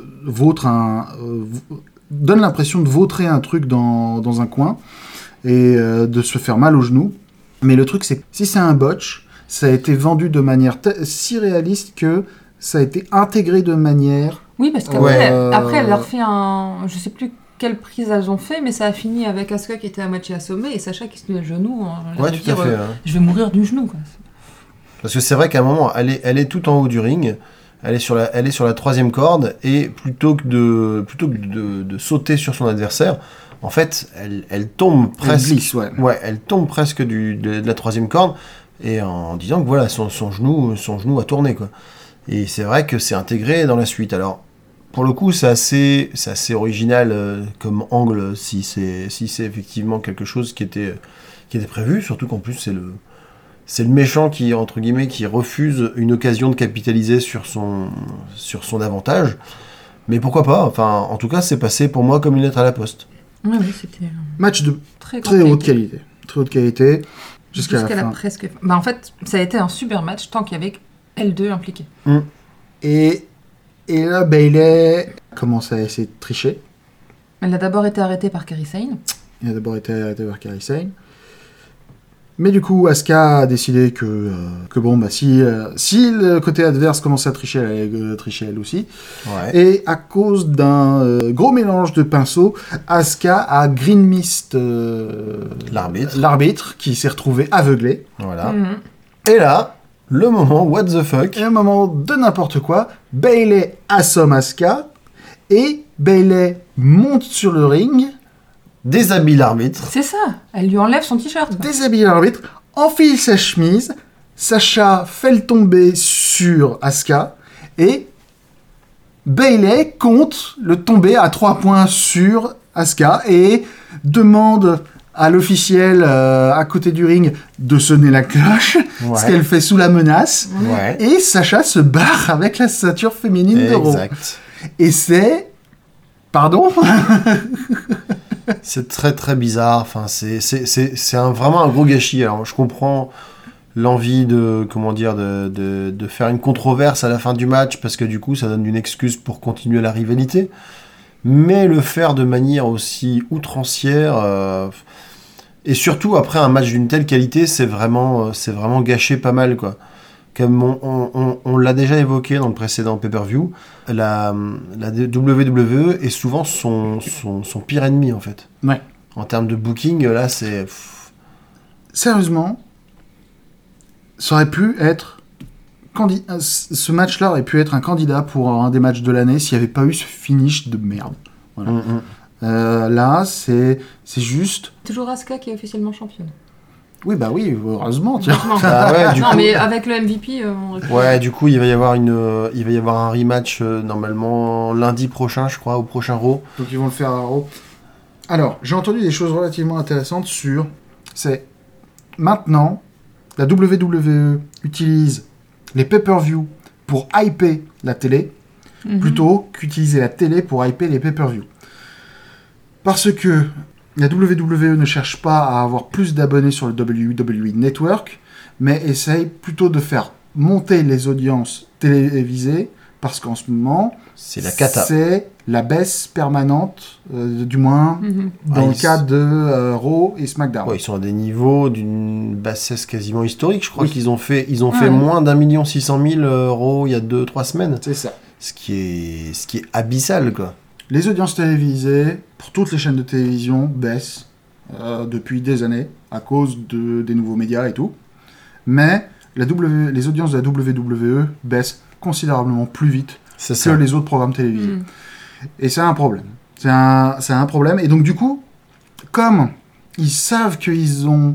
donne l'impression de vautrer un truc dans un coin et de se faire mal au genou. Mais le truc, c'est que si c'est un botch, ça a été vendu de manière si réaliste que ça a été intégré de manière... Oui, parce qu'après, après, elle leur fait un... Je sais plus quelle prise elles ont fait, mais ça a fini avec Asuka qui était à moitié assommée et Sasha qui se tenait le genou. Ouais, tout à fait. Je vais mourir du genou, quoi. Parce que c'est vrai qu'à un moment, elle est tout en haut du ring, elle est sur la troisième corde, et plutôt que de sauter sur son adversaire, en fait, elle tombe presque... Elle glisse, ouais. Elle tombe presque de la troisième corde, et en disant que voilà, son genou a tourné, quoi. Et c'est vrai que c'est intégré dans la suite. Alors, pour le coup, c'est assez original comme angle, si c'est effectivement quelque chose qui était prévu, surtout qu'en plus c'est le méchant qui, entre guillemets, qui refuse une occasion de capitaliser sur son avantage. Mais pourquoi pas? Enfin, en tout cas, c'est passé pour moi comme une lettre à la poste. Oui, c'était Match de très très haute qualité. Très haute qualité. Jusqu'à la fin. presque. Bah, en fait, ça a été un super match tant qu'il y avait L2 impliqué. Et là, Bayley commence à essayer de tricher. Elle a d'abord été arrêtée par Kairi Sane. Il a d'abord été arrêté par Kairi Sane. Mais du coup, Asuka a décidé que bon, bah, si le côté adverse commençait à tricher, elle allait tricher elle aussi. Ouais. Et à cause d'un gros mélange de pinceaux, Asuka a green mist l'arbitre qui s'est retrouvé aveuglé. Voilà. Et là, le moment what the fuck. Et un moment de n'importe quoi, Bayley assomme Asuka et Bayley monte sur le ring, Déshabille l'arbitre. C'est ça. Elle lui enlève son t-shirt. quoi. déshabille l'arbitre, enfile sa chemise, Sacha fait le tomber sur Asuka et Bayley compte le tomber à 3 points sur Asuka et demande à l'officiel à côté du ring de sonner la cloche, ce qu'elle fait sous la menace. Ouais. Et Sacha se barre avec la ceinture féminine de Raw. Exact. Et c'est... Pardon? C'est très très bizarre. Enfin, c'est vraiment un gros gâchis. Alors, je comprends l'envie de faire une controverse à la fin du match parce que du coup, ça donne une excuse pour continuer la rivalité. Mais le faire de manière aussi outrancière et surtout après un match d'une telle qualité, c'est vraiment gâché pas mal quoi. Comme on l'a déjà évoqué dans le précédent pay-per-view, la WWE est souvent son pire ennemi, en fait. Ouais. En termes de booking, là, c'est... Sérieusement, ça aurait pu être... Ce match-là aurait pu être un candidat pour un des matchs de l'année s'il n'y avait pas eu ce finish de merde. Voilà. Là, c'est juste... Toujours Asuka qui est officiellement championne. Oui, bah oui, heureusement, tiens. Ah ouais, du non, coup... mais avec le MVP, on aurait pu- Ouais, du coup, il va y avoir un rematch normalement lundi prochain, je crois, au prochain Raw. Donc ils vont le faire à Raw. Alors, j'ai entendu des choses relativement intéressantes sur... C'est... Maintenant, la WWE utilise les pay-per-view pour hyper la télé, plutôt qu'utiliser la télé pour hyper les pay-per-view. Parce que la WWE ne cherche pas à avoir plus d'abonnés sur le WWE Network, mais essaye plutôt de faire monter les audiences télévisées, parce qu'en ce moment, C'est la cata. c'est la baisse permanente, du moins dans le cas de Raw et SmackDown. Ouais, ils sont à des niveaux d'une bassesse quasiment historique. Je crois Oui. qu'ils ont fait moins d'1 600 000 euros il y a 2-3 semaines. C'est ça. Ce qui est abyssal, quoi. Les audiences télévisées, pour toutes les chaînes de télévision, baissent depuis des années, à cause des nouveaux médias et tout. Mais les audiences de la WWE baissent considérablement plus vite C'est que ça. les autres programmes télévisés. Et c'est un problème. C'est un problème. Et donc, du coup, comme ils savent qu'ils ont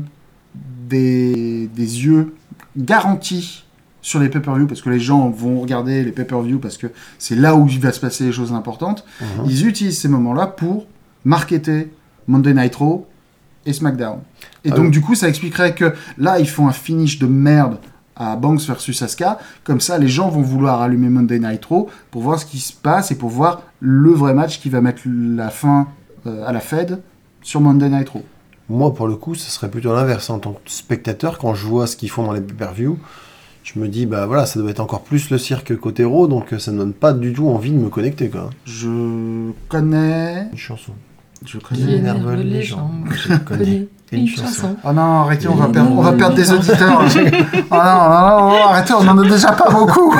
des yeux garantis sur les pay-per-view, parce que les gens vont regarder les pay-per-view parce que c'est là où il va se passer les choses importantes, ils utilisent ces moments-là pour marketer Monday Night Raw et SmackDown. Et donc, du coup, ça expliquerait que là, ils font un finish de merde à Banks versus Asuka. Comme ça, les gens vont vouloir allumer Monday Night Raw pour voir ce qui se passe et pour voir le vrai match qui va mettre la fin à la Fed sur Monday Night Raw. Moi, pour le coup, ce serait plutôt l'inverse. En tant que spectateur, quand je vois ce qu'ils font dans les pay-per-view, je me dis, bah voilà, ça doit être encore plus le cirque côté Raw, donc ça ne donne pas du tout envie de me connecter, quoi. Je connais... Une chanson. Je Qui connais... énerve les gens. Je connais une chanson. Oh non, arrêtez, on va perdre des auditeurs. Oh non, arrêtez, on en a déjà pas beaucoup.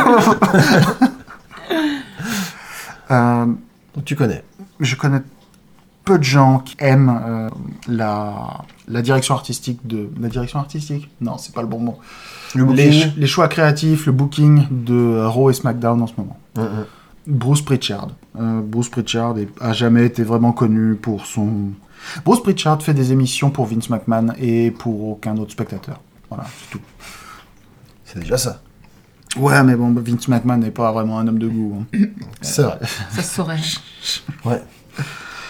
Donc tu connais. Je connais peu de gens qui aiment la direction artistique de... La direction artistique ? Non, c'est pas le bon mot. Le booking. Les choix créatifs, le booking de Raw et SmackDown en ce moment. Bruce Pritchard. Bruce Pritchard a jamais été vraiment connu pour son... Bruce Pritchard fait des émissions pour Vince McMahon et pour aucun autre spectateur. Voilà, c'est tout. C'est déjà ça. Ouais, mais bon, Vince McMahon n'est pas vraiment un homme de goût. Hein. C'est vrai. Ça se saurait. Ouais.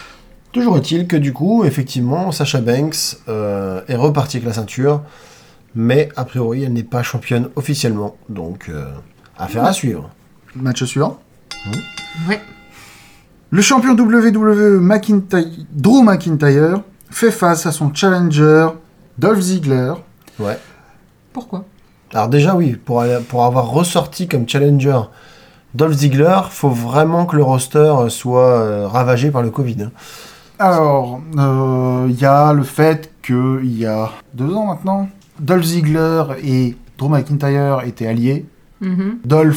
Toujours est-il que du coup, effectivement, Sasha Banks est reparti avec la ceinture. mais a priori, elle n'est pas championne officiellement. Donc, affaire à suivre. Match suivant. Ouais. Le champion WWE Drew McIntyre fait face à son challenger Dolph Ziggler. Ouais. Pourquoi? Alors déjà, oui, pour avoir ressorti comme challenger Dolph Ziggler, faut vraiment que le roster soit ravagé par le Covid. Hein. Alors, il y a le fait qu'il y a 2 ans maintenant, Dolph Ziggler et Drew McIntyre étaient alliés. Mhm. Dolph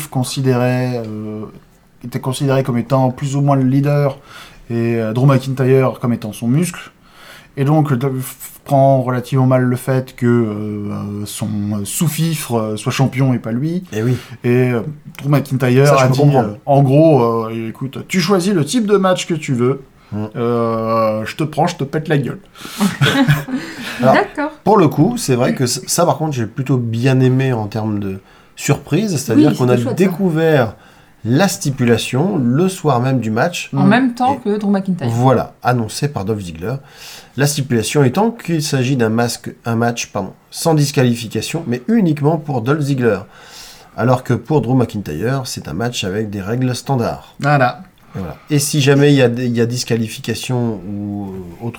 était considéré comme étant plus ou moins le leader et Drew McIntyre comme étant son muscle. Et donc Dolph prend relativement mal le fait que son sous-fifre soit champion et pas lui. Et oui. Et Drew McIntyre Ça, je a peux dit, comprendre. en gros, écoute, tu choisis le type de match que tu veux. Mm. Je te prends, je te pète la gueule. Alors, D'accord. pour le coup, c'est vrai que ça, par contre, j'ai plutôt bien aimé en termes de surprise. C'est-à-dire Oui, qu'on a c'était chouette, ça. découvert la stipulation le soir même du match. En même temps Et- que Drew McIntyre. Voilà, annoncé par Dolph Ziggler. La stipulation étant qu'il s'agit d'un match sans disqualification, mais uniquement pour Dolph Ziggler. Alors que pour Drew McIntyre, c'est un match avec des règles standards. Voilà. Et, voilà. Et si jamais il y a disqualification ou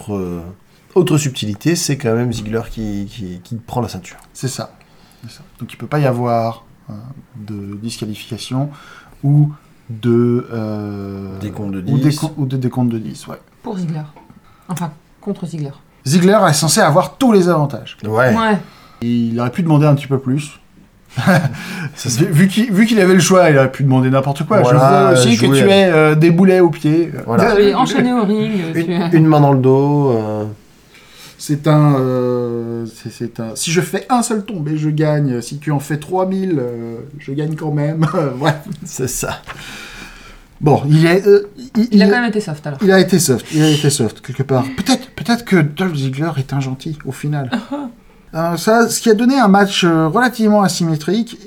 autre subtilité, c'est quand même Ziggler qui prend la ceinture. C'est ça. Donc il peut pas y avoir de disqualification ou de Décompte de ou 10. ou de décompte de 10. Ouais. Pour Ziggler. Enfin, contre Ziggler. Ziggler est censé avoir tous les avantages. Ouais. Il aurait pu demander un petit peu plus. Ça se- Vu qu'il avait le choix, il aurait pu demander n'importe quoi. Voilà, je veux aussi que jouer tu aies des boulets aux pieds. Voilà. Tu es enchaîné au ring. Une main dans le dos. C'est un... Si je fais un seul tombé, je gagne. Si tu en fais 3000, je gagne quand même. Ouais. C'est ça. Bon, Il a quand même été soft alors. Il a été soft, quelque part. Peut-être que Dolph Ziggler est un gentil, au final. Ce qui a donné un match relativement asymétrique,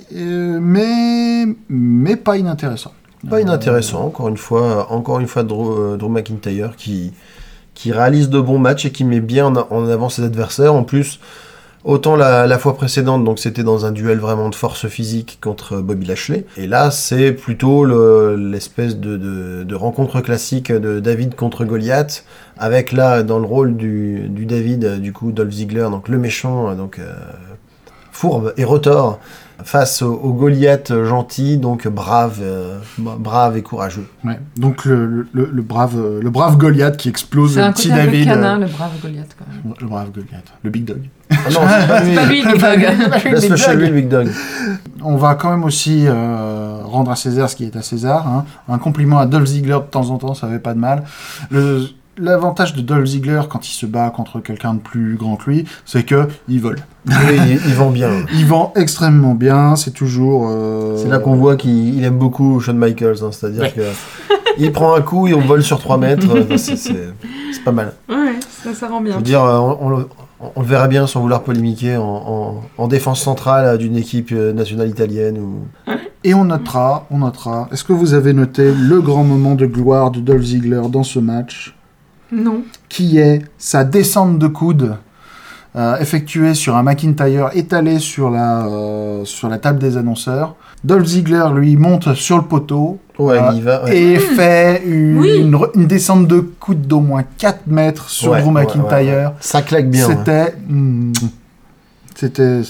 mais pas inintéressant. Pas inintéressant, encore une fois Drew McIntyre qui réalise de bons matchs et qui met bien en avant ses adversaires. En plus, autant la fois précédente, donc c'était dans un duel vraiment de force physique contre Bobby Lashley. Et là, c'est plutôt l'espèce de rencontre classique de David contre Goliath, avec là, dans le rôle du David, du coup, Dolph Ziggler, donc le méchant, fourbe et retors, face au Goliath gentil, donc brave et courageux. Ouais. Donc le brave Goliath qui explose C'est le un petit côté un peu David. canin, le brave Goliath quand même. Le brave Goliath, le Big Dog. Ah non, c'est pas lui. Pas lui, le bug. Laisse-le chez lui, le Big Dog. On va quand même aussi rendre à César ce qui est à César. Hein. Un compliment à Dolph Ziggler de temps en temps, ça fait pas de mal. L'avantage de Dolph Ziggler quand il se bat contre quelqu'un de plus grand que lui, c'est que il vole. Oui, il vend bien. Il vend extrêmement bien, c'est toujours... C'est là qu'on voit qu'il aime beaucoup Shawn Michaels, hein, c'est-à-dire Ouais. que il prend un coup et on vole sur 3 mètres, c'est pas mal. Ouais, ça rend Je bien. veux dire, on le verra bien sans vouloir polémiquer en défense centrale d'une équipe nationale italienne. Et on notera, est-ce que vous avez noté le grand moment de gloire de Dolph Ziggler dans ce match, Non. qui est sa descente de coude effectuée sur un McIntyre étalé sur la table des annonceurs. Dolph Ziggler, lui, monte sur le poteau Ouais, il y va. Ouais. et fait Oui. une descente de coude d'au moins 4 mètres sur Ouais, Drew ouais, McIntyre. ouais, ouais. Ça claque bien. Ouais. C'était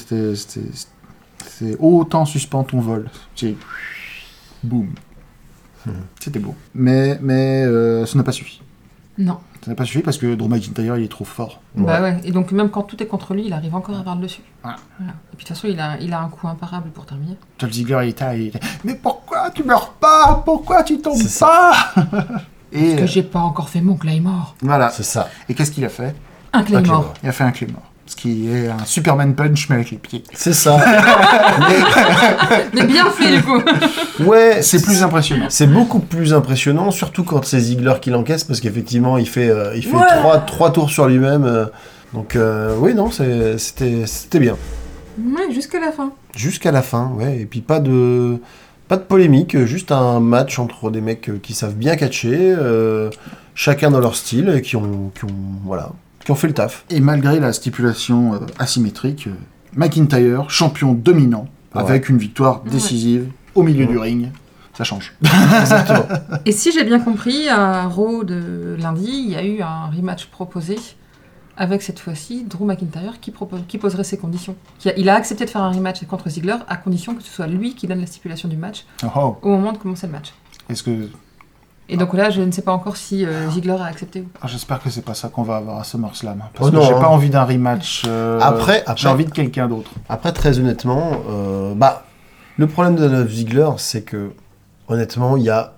autant suspend ton vol. Boum. C'était beau. Mais ça n'a pas suffi. Non. Ça n'a pas suffi parce que Drew McIntyre, il est trop fort. Bah ouais. Et donc même quand tout est contre lui, il arrive encore à avoir le dessus. Voilà. Voilà. Et puis de toute façon, il a un coup imparable pour terminer. Dolph Ziggler, il était... Mais pourquoi tu meurs pas? Pourquoi tu tombes C'est pas? Et Parce que j'ai pas encore fait mon Claymore. voilà. C'est ça. Et qu'est-ce qu'il a fait? Un Claymore. Claymore. Il a fait un Claymore. Ce qui est un Superman Punch, mais avec les pieds. C'est ça. Mais bien fait du coup. Ouais, C'est plus impressionnant. C'est beaucoup plus impressionnant, surtout quand c'est Ziggler qui l'encaisse, parce qu'effectivement, il fait Ouais. trois tours sur lui-même. Donc, oui, non, c'était bien. Ouais, jusqu'à la fin. Jusqu'à la fin, ouais. Et puis, pas de polémique, juste un match entre des mecs qui savent bien catcher, chacun dans leur style, et qui ont fait le taf. Et malgré la stipulation asymétrique, McIntyre, champion dominant, Ouais. avec une victoire décisive au milieu du ring. Ça change. Exactement. Et si j'ai bien compris, à Raw de lundi, il y a eu un rematch proposé avec cette fois-ci Drew McIntyre qui poserait ses conditions. Il a accepté de faire un rematch contre Ziggler à condition que ce soit lui qui donne la stipulation du match Oh. au moment de commencer le match. Est-ce que... Et donc là, je ne sais pas encore si Ziggler a accepté ou pas. Ah, j'espère que c'est pas ça qu'on va avoir à SummerSlam. Parce Oh que non, j'ai hein. pas envie d'un rematch. Après- j'ai envie de quelqu'un d'autre. Après, très honnêtement, le problème de Dolph Ziggler, c'est que, honnêtement, il y a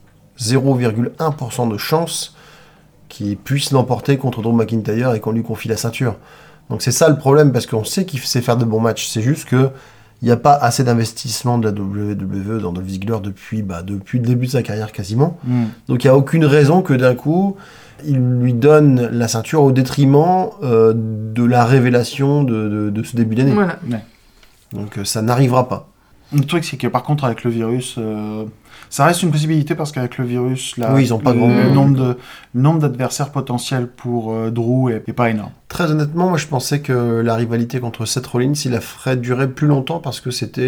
0,1% de chance qu'il puisse l'emporter contre Drew McIntyre et qu'on lui confie la ceinture. Donc c'est ça le problème, parce qu'on sait qu'il sait faire de bons matchs. C'est juste que il n'y a pas assez d'investissement de la WWE dans Dolph Ziggler depuis le début de sa carrière quasiment. Donc il n'y a aucune raison que d'un coup, il lui donne la ceinture au détriment de la révélation de ce début d'année. Voilà. Donc ça n'arrivera pas. Le truc, c'est que par contre, avec le virus, ça reste une possibilité parce qu'avec le virus, là, Oui, ils ont pas grand- le nombre d'adversaires potentiels pour Drew est pas énorme. Très honnêtement, moi je pensais que la rivalité contre Seth Rollins, il la ferait durer plus longtemps parce que c'était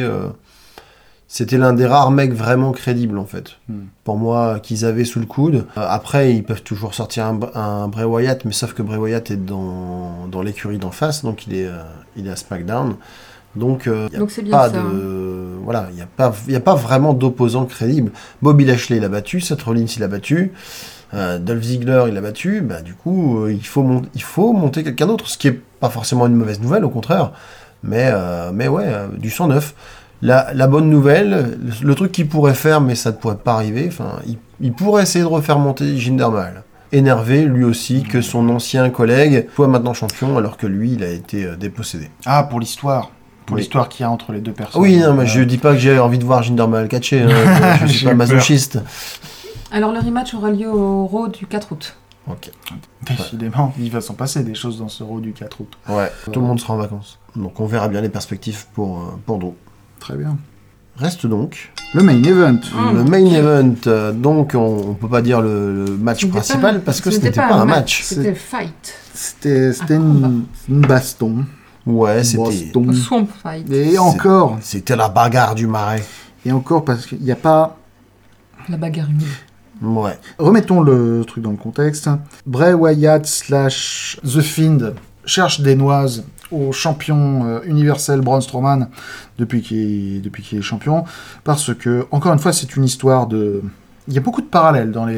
l'un des rares mecs vraiment crédibles en fait. Pour moi, qu'ils avaient sous le coude. Après, ils peuvent toujours sortir un Bray Wyatt, mais sauf que Bray Wyatt est dans l'écurie d'en face, donc il est à SmackDown. Donc, Donc c'est bien pas ça. voilà, il y a pas vraiment d'opposant crédible. Bobby Lashley il a battu, Seth Rollins il a battu, Dolph Ziggler il a battu. Bah du coup il faut monter quelqu'un d'autre, ce qui est pas forcément une mauvaise nouvelle, au contraire. Mais ouais, du sang neuf. La bonne nouvelle, le truc qu'il pourrait faire, mais ça ne pourrait pas arriver. Enfin, il pourrait essayer de refaire monter Jinder Mahal. Énervé, lui aussi, que son ancien collègue soit maintenant champion, alors que lui, il a été dépossédé. Ah, pour l'histoire. Pour Oui. l'histoire qu'il y a entre les deux personnes. Oui, non, mais je dis pas que j'ai envie de voir Jinder Mahal catcher, hein, je suis J'ai pas eu masochiste. Alors le rematch aura lieu au Raw du 4 août. Ok. Décidément, il va s'en passer des choses dans ce Raw du 4 août. Ouais, tout le monde sera en vacances. Donc on verra bien les perspectives pour Drew. Très bien. Reste donc Le main event. le main event. Donc on peut pas dire le match Ce n'était principal pas- parce que ce n'était pas un match. C'était fight. C'était Ah, une baston. Ouais, c'était Baston. Swamp fight. Et encore. c'était la bagarre du marais. Et encore, parce qu'il n'y a pas... La bagarre humide. Ouais. Remettons le truc dans le contexte. Bray Wyatt / The Fiend cherche des noises au champion universel Braun Strowman depuis qu'il est champion, parce que, encore une fois, c'est une histoire de... Il y a beaucoup de parallèles dans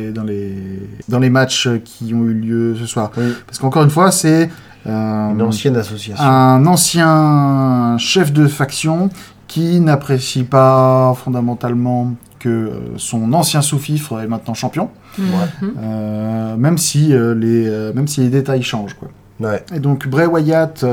les matchs qui ont eu lieu ce soir. Oui. Parce qu'encore une fois, c'est Une ancienne association. un ancien chef de faction qui n'apprécie pas fondamentalement que son ancien sous-fifre est maintenant champion, Mhm. même si les détails changent, quoi. Ouais. Et donc Bray Wyatt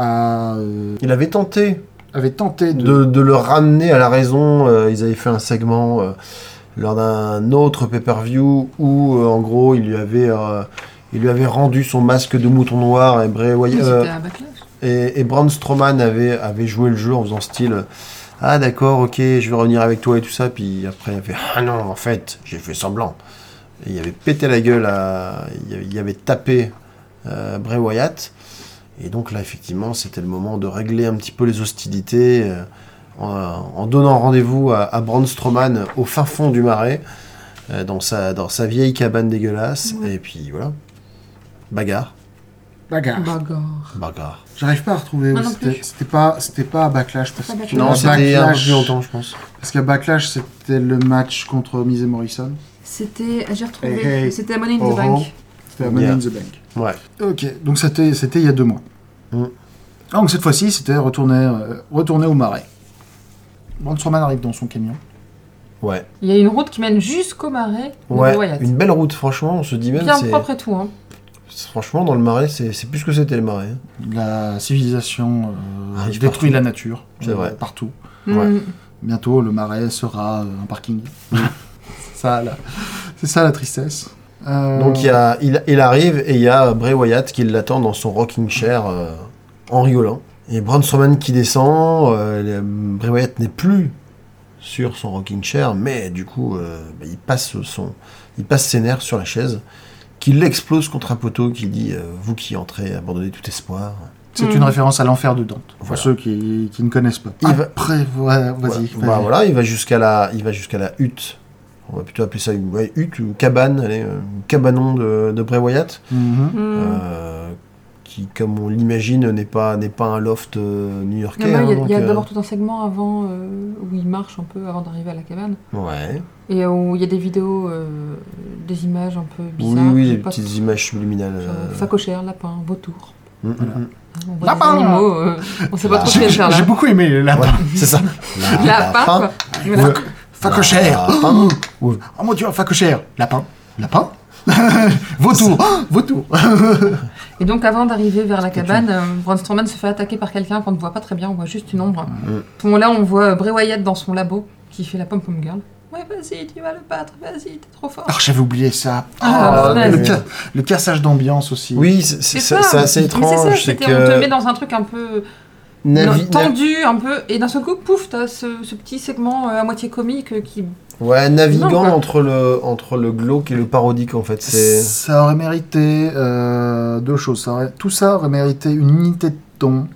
Il avait tenté avait tenté de le ramener à la raison. Ils avaient fait un segment lors d'un autre pay-per-view où, en gros, il lui avait rendu son masque de mouton noir et Bray Oui, Wyatt, c'était à Backlash. et Braun Strowman avait joué le jeu en faisant style ah d'accord, ok, je vais revenir avec toi et tout ça. Puis après, il a fait ah non, en fait, j'ai fait semblant. Et il avait pété la gueule il avait tapé Bray Wyatt. Et donc là, effectivement, c'était le moment de régler un petit peu les hostilités en donnant rendez-vous à Braun Strowman au fin fond du marais, dans sa vieille cabane dégueulasse. Ouais. Et puis voilà, bagarre. bagarre. Bagarre. J'arrive pas à retrouver où Moi non c'était. plus. C'était pas à Backlash parce Pas que Backlash. Non, à c'était un peu Backlash- plus longtemps, je pense. Parce qu'à Backlash, c'était le match contre Miz et Morrison. C'était, j'ai retrouvé, Hey, hey. c'était à Money in Oh, the Bank. C'était à Money Yeah. in the Bank. Ouais. Ok, donc c'était il y a 2 mois. Mm. Donc cette fois-ci, c'était retourner au marais. Braun Strowman arrive dans son camion. Ouais. Il y a une route qui mène jusqu'au marais de Ouais, Wyatt. une belle route, franchement, on se dit même, Bien c'est... propre et tout, hein. Franchement, dans le marais, c'est plus ce que c'était le marais. hein. La civilisation Arrive détruit partout. la nature. C'est vrai. Partout. Ouais. Mm. Bientôt, le marais sera un parking. C'est ça la tristesse. Donc il arrive et il y a Bray Wyatt qui l'attend dans son rocking chair en rigolant. Et Braun Strowman qui descend, Bray Wyatt n'est plus sur son rocking chair, mais du coup il passe ses nerfs sur la chaise, qui l'explose contre un poteau, qui dit vous qui entrez, abandonnez tout espoir. C'est une référence à l'enfer de Dante, pour Voilà. ceux qui ne connaissent pas. Il va- Après, ouais, vas-y. Voilà, il va jusqu'à la hutte. On va plutôt appeler ça une hutte ou cabane, cabanon de Bray Wyatt, Mhm. qui, comme on l'imagine, n'est pas un loft new-yorkais. Non, hein, il y a donc, d'abord tout un segment avant où il marche un peu avant d'arriver à la cabane. Ouais. Et où il y a des vidéos, des images un peu bizarres. Oui, j'ai des pas- petites images subliminales. Facochère, lapin, vautour. Voilà. On voit Lapin. des animaux, on sait pas trop ce qu'il y a à faire là. J'ai beaucoup aimé les lapins. Voilà, c'est ça. Lapin, quoi. Voilà. Facochère. Lapin. Oh mon dieu, facochère. Lapin. Vautour. Vautour. Et donc avant d'arriver vers la cabane, Braun Strowman se fait attaquer par quelqu'un qu'on ne voit pas très bien, on voit juste une ombre. À ce moment-là, on voit Bray Wyatt dans son labo qui fait la pom-pom girl. Ouais, vas-y, tu vas le battre, vas-y, t'es trop fort. Ah, j'avais oublié ça. Ah, Oh, punaise. le cassage d'ambiance aussi. Oui, c'est assez Mais c'est étrange. ça, C'est on te met que dans un truc un peu Navi- tendu, un peu, et d'un seul coup, pouf, t'as ce petit segment à moitié comique qui... Ouais, naviguant Non, quoi. entre le glauque et le parodique en fait. C'est Ça aurait mérité deux choses. Tout ça aurait mérité une unité de ton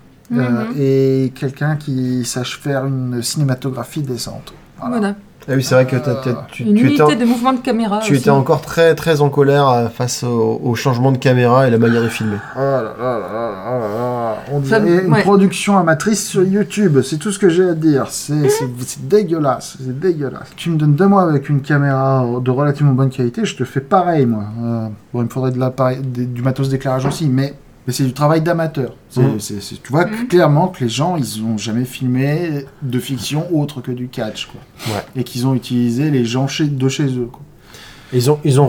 et quelqu'un qui sache faire une cinématographie décente. Voilà. Ah oui, c'est vrai que tu Une étais unité de mouvement de caméra tu aussi. étais encore très très en colère face au changement de caméra et la manière de filmer. Oh là là là là là là. On Ça- dirait une ouais. production amatrice sur YouTube. C'est tout ce que j'ai à dire. C'est dégueulasse. C'est dégueulasse. Tu me donnes 2 mois avec une caméra de relativement bonne qualité, je te fais pareil, moi. Bon, il me faudrait du matos d'éclairage aussi, mais c'est du travail d'amateur. Tu vois clairement que les gens, ils ont jamais filmé de fiction autre que du catch, quoi. Ouais. Et qu'ils ont utilisé les gens de chez eux, quoi. Ils ont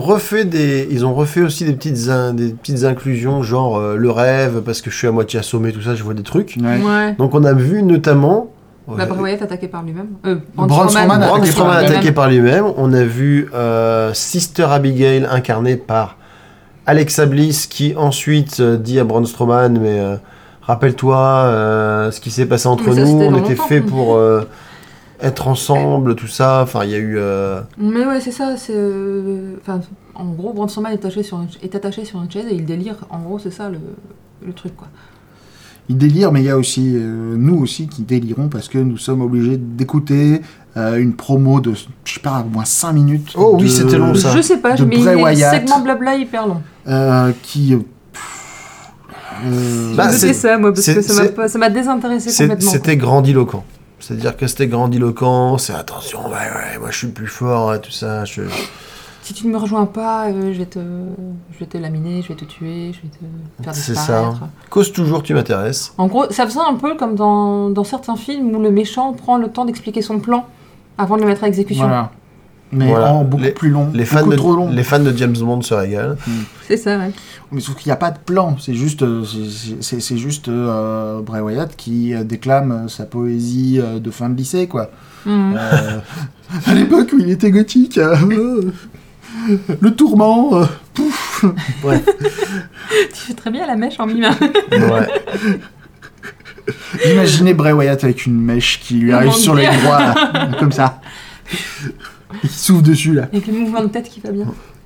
refait aussi des petites inclusions genre le rêve parce que je suis à moitié assommé, tout ça, je vois des trucs. Ouais. Donc on a vu notamment Bah, Bray Wyatt attaqué par lui-même. Braun Strowman Braun attaqué Strowman par lui-même. attaqué par lui-même. On a vu Sister Abigail incarnée par Alexa Bliss qui ensuite dit à Braun Strowman mais rappelle-toi ce qui s'est passé entre Mais ça, nous, c'était on dans était longtemps. fait pour être ensemble, tout ça. Enfin, il y a eu. Mais ouais, c'est ça. Enfin, en gros, Braun Strowman est attaché sur une chaise et il délire. En gros, c'est ça le truc, quoi. Ils délirent, mais il y a aussi nous aussi qui délirons parce que nous sommes obligés d'écouter une promo de, je sais pas, au moins 5 minutes. Oh oui, c'était long, ça. Je sais pas, de mais Bray les Wyatt. segments blabla hyper longs. Qui. Bah, Je c'est- sais ça, moi, parce que c'est- ça m'a désintéressé complètement. C'était grandiloquent. C'est-à-dire que c'était grandiloquent, c'est attention, ouais, moi je suis le plus fort, tout ça. Si tu ne me rejoins pas, je vais te laminer, je vais te tuer, je vais te faire C'est disparaître. ça. Cause toujours, tu m'intéresses. En gros, ça faisait un peu comme dans certains films où le méchant prend le temps d'expliquer son plan avant de le mettre à exécution. Voilà. Mais Voilà. en beaucoup plus long. Les fans, beaucoup trop long. les fans de James Bond se régalent. C'est ça, ouais. Mais sauf qu'il n'y a pas de plan. C'est juste, c'est juste Bray Wyatt qui déclame sa poésie de fin de lycée, quoi. Mhm. À l'époque où il était gothique. Le tourment. Pouf. Bref. Tu fais très bien la mèche en mime. Ouais. Imaginez Bray Wyatt avec une mèche qui lui Oh arrive mon sur les Dieu. doigts, là, comme ça. Il souffle dessus, là. Avec le mouvement de tête qui va bien.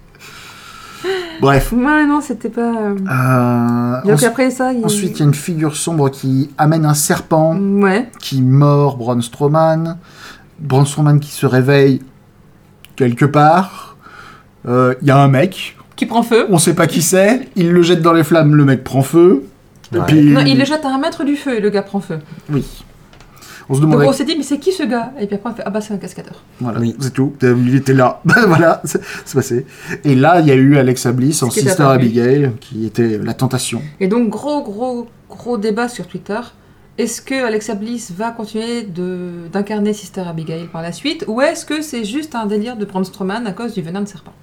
Bref. Ouais, non, c'était pas. Donc après ça, Ensuite, il y a une figure sombre qui amène un serpent Ouais. qui mord Braun Strowman. Braun Strowman qui se réveille quelque part. Il y a un mec, Qui prend feu. on sait pas qui c'est. Il le jette dans les flammes, le mec prend feu. Et Ouais. puis, Non, il le jette à 1 mètre du feu et le gars prend feu. Oui. On se Donc demandait. on s'est dit, mais c'est qui ce gars? Et puis après on fait, ah bah c'est un cascadeur. Voilà, Oui. c'est tout. Il était là. Voilà, c'est passé. Et là, il y a eu Alexa Bliss en Ce qui était Sister apparu. Abigail, qui était la tentation. Et donc gros débat sur Twitter. Est-ce que Alexa Bliss va continuer d'incarner Sister Abigail par la suite, ou est-ce que c'est juste un délire de Braun Strowman à cause du venin de serpent?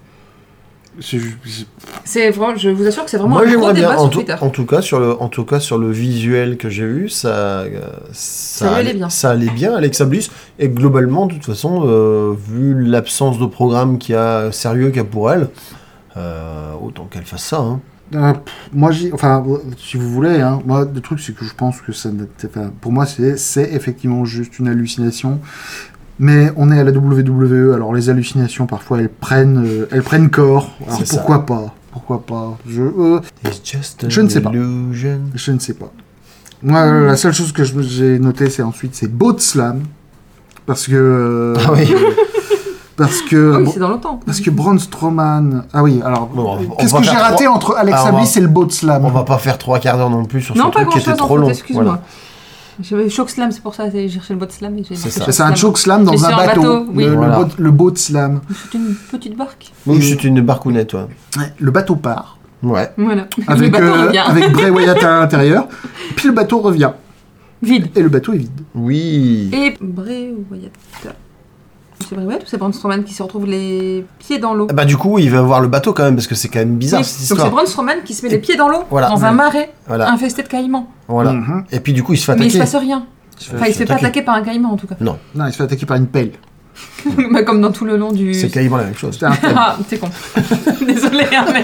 C'est vraiment, je vous assure que c'est vraiment Moi un gros j'aimerais bien, débat sur Twitter. en tout cas sur le visuel que j'ai vu, ça lui allait bien. Ça allait bien, Alexa Bliss. Et globalement, de toute façon, vu l'absence de programme sérieux qu'il y a pour elle, autant qu'elle fasse ça. Hein. Moi, si vous voulez, hein, moi, le truc, c'est que je pense que ça n'était pas. Pour moi, c'est effectivement juste une hallucination. Mais on est à la WWE, alors les hallucinations, parfois, elles prennent corps. Alors C'est ça. pourquoi pas? Pourquoi pas? It's just Je ne sais pas. illusion. Je ne sais pas. Ouais, la seule chose que j'ai notée, c'est Boat Slam. Parce que. Ah oui. Parce que. Ah oui, c'est dans longtemps. Parce que Braun Strowman. Ah oui, alors. Bon, qu'est-ce on va que j'ai faire raté entre Alexa Alors, Bliss et le Boat Slam? On va pas faire 3 quarts d'heure non plus sur ce Non, pas truc qui grand-chose était trop en long. fait, excuse-moi. Voilà. J'avais Choke Slam, c'est pour ça que j'ai cherché le bot slam. Et j'ai C'est marqué ça. Choke C'est un Slam. choke slam Mais dans un sur un bateau. bateau, oui. Voilà. Le boat slam. C'est une petite barque. Oui, c'est une barcounette, toi. Ouais, le bateau part. Ouais. Voilà. le Avec, bateau revient. avec Bray Wyatt à l'intérieur. Puis le bateau revient. Vide. Et le bateau est vide. Oui. Et Bray Wyatt. C'est Bray Wyatt ou c'est Braun Strowman qui se retrouve les pieds dans l'eau? Bah du coup, il va voir le bateau quand même parce que c'est quand même bizarre Oui, cette donc c'est histoire. Braun Strowman qui se met les pieds dans l'eau, Voilà. dans un marais Voilà. infesté de caïmans. Voilà. Mhm. Et puis du coup, il se fait Mais il se attaquer. passe rien. Enfin, il se fait pas attaquer par un caïman en tout cas. Non, il se fait attaquer par une pelle. Bah, comme dans tout le long du. C'est quasiment la même chose. C'était un pelle. Ah, c'est con. Désolé, hein, mais.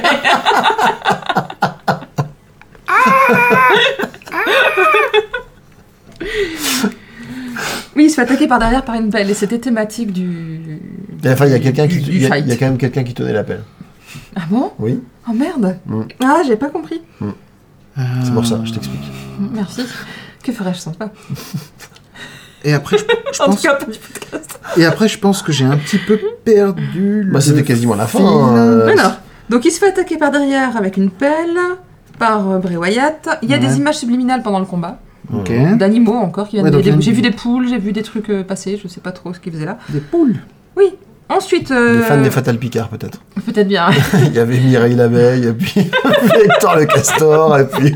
Oui, il se fait attaquer par derrière par une pelle et c'était thématique du. Et enfin, il y a quelqu'un qui, du il y a fight. quand même quelqu'un qui tenait la pelle. Ah bon? Oui. Oh merde! Mm. Ah, j'ai pas compris. C'est pour ça, je t'explique. Merci. Que ferais-je sans toi? Et après, je En tout pense. cas, pas du podcast. Et après, je pense que j'ai un petit peu perdu le. Bah, c'était quasiment la fin. fil. Alors, donc il se fait attaquer par derrière avec une pelle par Bray Wyatt. Il y a Ouais. des images subliminales pendant le combat. Ok. D'animaux encore qui viennent Ouais, donc, J'ai vu des poules, j'ai vu des trucs passer, je sais pas trop ce qu'ils faisaient là. Des poules. Oui. Ensuite. Des fans des Fatal Picard, peut-être. Peut-être bien. Il y avait Mireille l'abeille, et puis Hector le castor, et puis.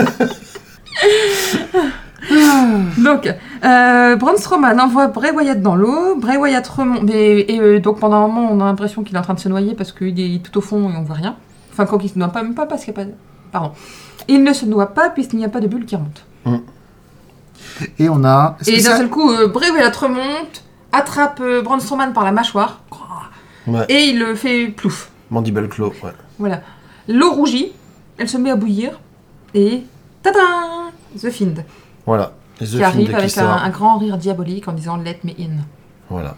Donc, Braun Strowman envoie Bray Wyatt dans l'eau. Bray Wyatt remonte. Donc pendant un moment, on a l'impression qu'il est en train de se noyer parce qu'il est tout au fond et on voit rien. Enfin, quoi qu'il ne se noie pas, même pas parce qu'il n'y a pas. Pardon. Il ne se noie pas puisqu'il n'y a pas de bulle qui remonte. Et on a. est-ce Et que d'un ça- seul coup, Bray Wyatt remonte, attrape Braun Strowman par la mâchoire Ouais. et il le fait plouf. Mandible Claw, ouais. Voilà. L'eau rougit, elle se met à bouillir et tadam, The Fiend Voilà. Les qui The Fiend arrive qui avec sort. un grand rire diabolique en disant Let me in. Voilà.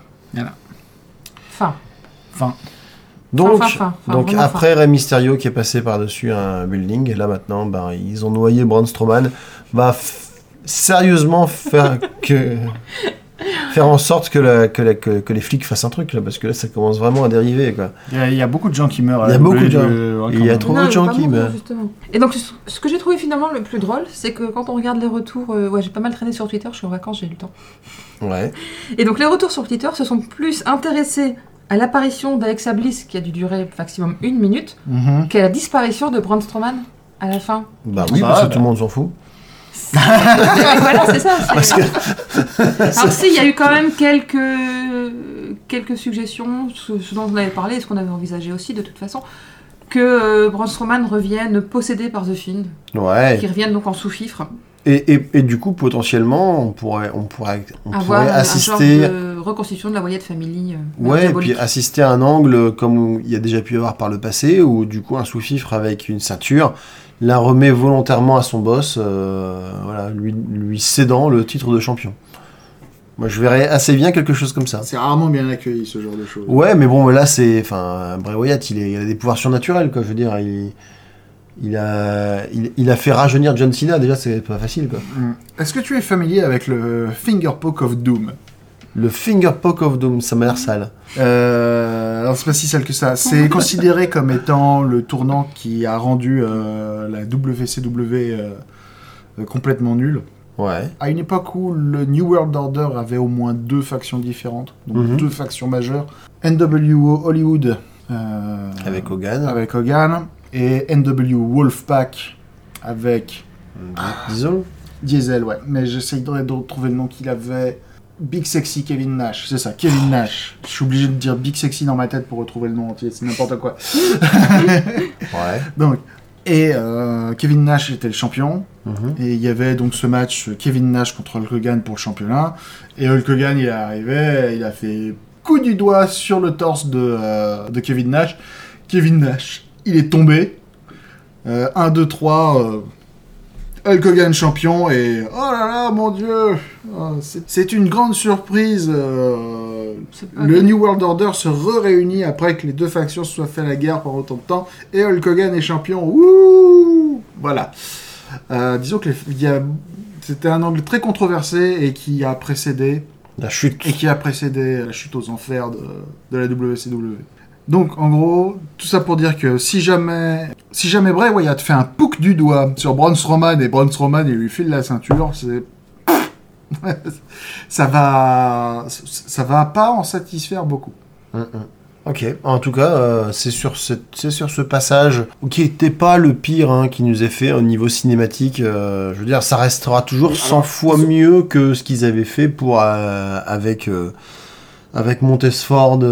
Fin. Enfin, Donc, Fin, donc vraiment après Rey Mysterio qui est passé par-dessus un building, et là maintenant, ben, ils ont noyé Braun Strowman, va sérieusement faire en sorte que les flics fassent un truc, là, parce que là, ça commence vraiment à dériver, quoi. Il y a beaucoup de gens qui meurent. Il y a beaucoup de gens. gens. Il y a trop Non, de il gens va pas qui mourir, meurent. justement. Et donc, ce que j'ai trouvé finalement le plus drôle, c'est que quand on regarde les retours, ouais, j'ai pas mal traîné sur Twitter, je suis en vacances, j'ai eu le temps. Ouais. Et donc, les retours sur Twitter se sont plus intéressés à l'apparition d'Alexa Bliss, qui a dû durer maximum 1 minute, qu'à la disparition de Braun Strowman à la fin. Bah oui, Bah, parce que bah. tout le monde s'en fout. Mais voilà, c'est ça. Parce que Alors si, il y a eu quand même quelques suggestions, ce dont on avait parlé, et ce qu'on avait envisagé aussi de toute façon, que Braun Strowman revienne possédé par The Fiend, ouais. qu'il revienne donc en sous-fifre, Et du coup, potentiellement, on pourrait avoir un assister. genre de reconstitution de la Wyatt Family. Ouais, et diabolique. puis assister à un angle comme il y a déjà pu y avoir par le passé, où du coup un sous-fifre avec une ceinture la remet volontairement à son boss, voilà, lui cédant le titre de champion. Moi je verrais assez bien quelque chose comme ça. c'est rarement bien accueilli ce genre de choses. Ouais, mais bon, là c'est. Enfin, Bray Wyatt, il a des pouvoirs surnaturels, quoi. Je veux dire, il a fait rajeunir John Cena, déjà c'est pas facile, quoi. Est-ce que tu es familier avec le Finger Poke of Doom? Le Finger Poke of Doom, ça m'a l'air sale. Alors c'est pas si sale que ça. C'est considéré comme étant le tournant qui a rendu la WCW complètement nulle. Ouais. À une époque où le New World Order avait au moins 2 factions différentes, donc 2 factions majeures. NWO Hollywood Avec Hogan. avec Hogan et NWO Wolfpack avec Disons. Diesel, ouais. Mais j'essaye de retrouver le nom qu'il avait. Big Sexy Kevin Nash, c'est ça, Kevin Nash. Je suis obligé de dire Big Sexy dans ma tête pour retrouver le nom entier, c'est n'importe quoi. Ouais. Donc, et Kevin Nash était le champion. Mhm. Et il y avait donc ce match Kevin Nash contre Hulk Hogan pour le championnat. Et Hulk Hogan, il est arrivé, il a fait coup du doigt sur le torse de Kevin Nash. Kevin Nash, il est tombé. 1, 2, 3. Hulk Hogan champion et oh là là mon dieu, c'est une grande surprise. C'est pas Le vrai. New World Order se réunit après que les 2 factions se soient fait la guerre pendant autant de temps et Hulk Hogan est champion. Wouh, voilà. Disons que il y a C'était un angle très controversé et qui a précédé La chute. la chute aux enfers de la WCW. Donc, en gros, tout ça pour dire que si jamais Bray Wyatt fait un pouc du doigt sur Braun Strowman et Braun Strowman il lui file la ceinture, ça va pas en satisfaire beaucoup. Ok, en tout cas, c'est sur ce passage qui était pas le pire hein, qui nous est fait au niveau cinématique. Je veux dire, ça restera toujours 100 fois mieux que ce qu'ils avaient fait avec Montesford,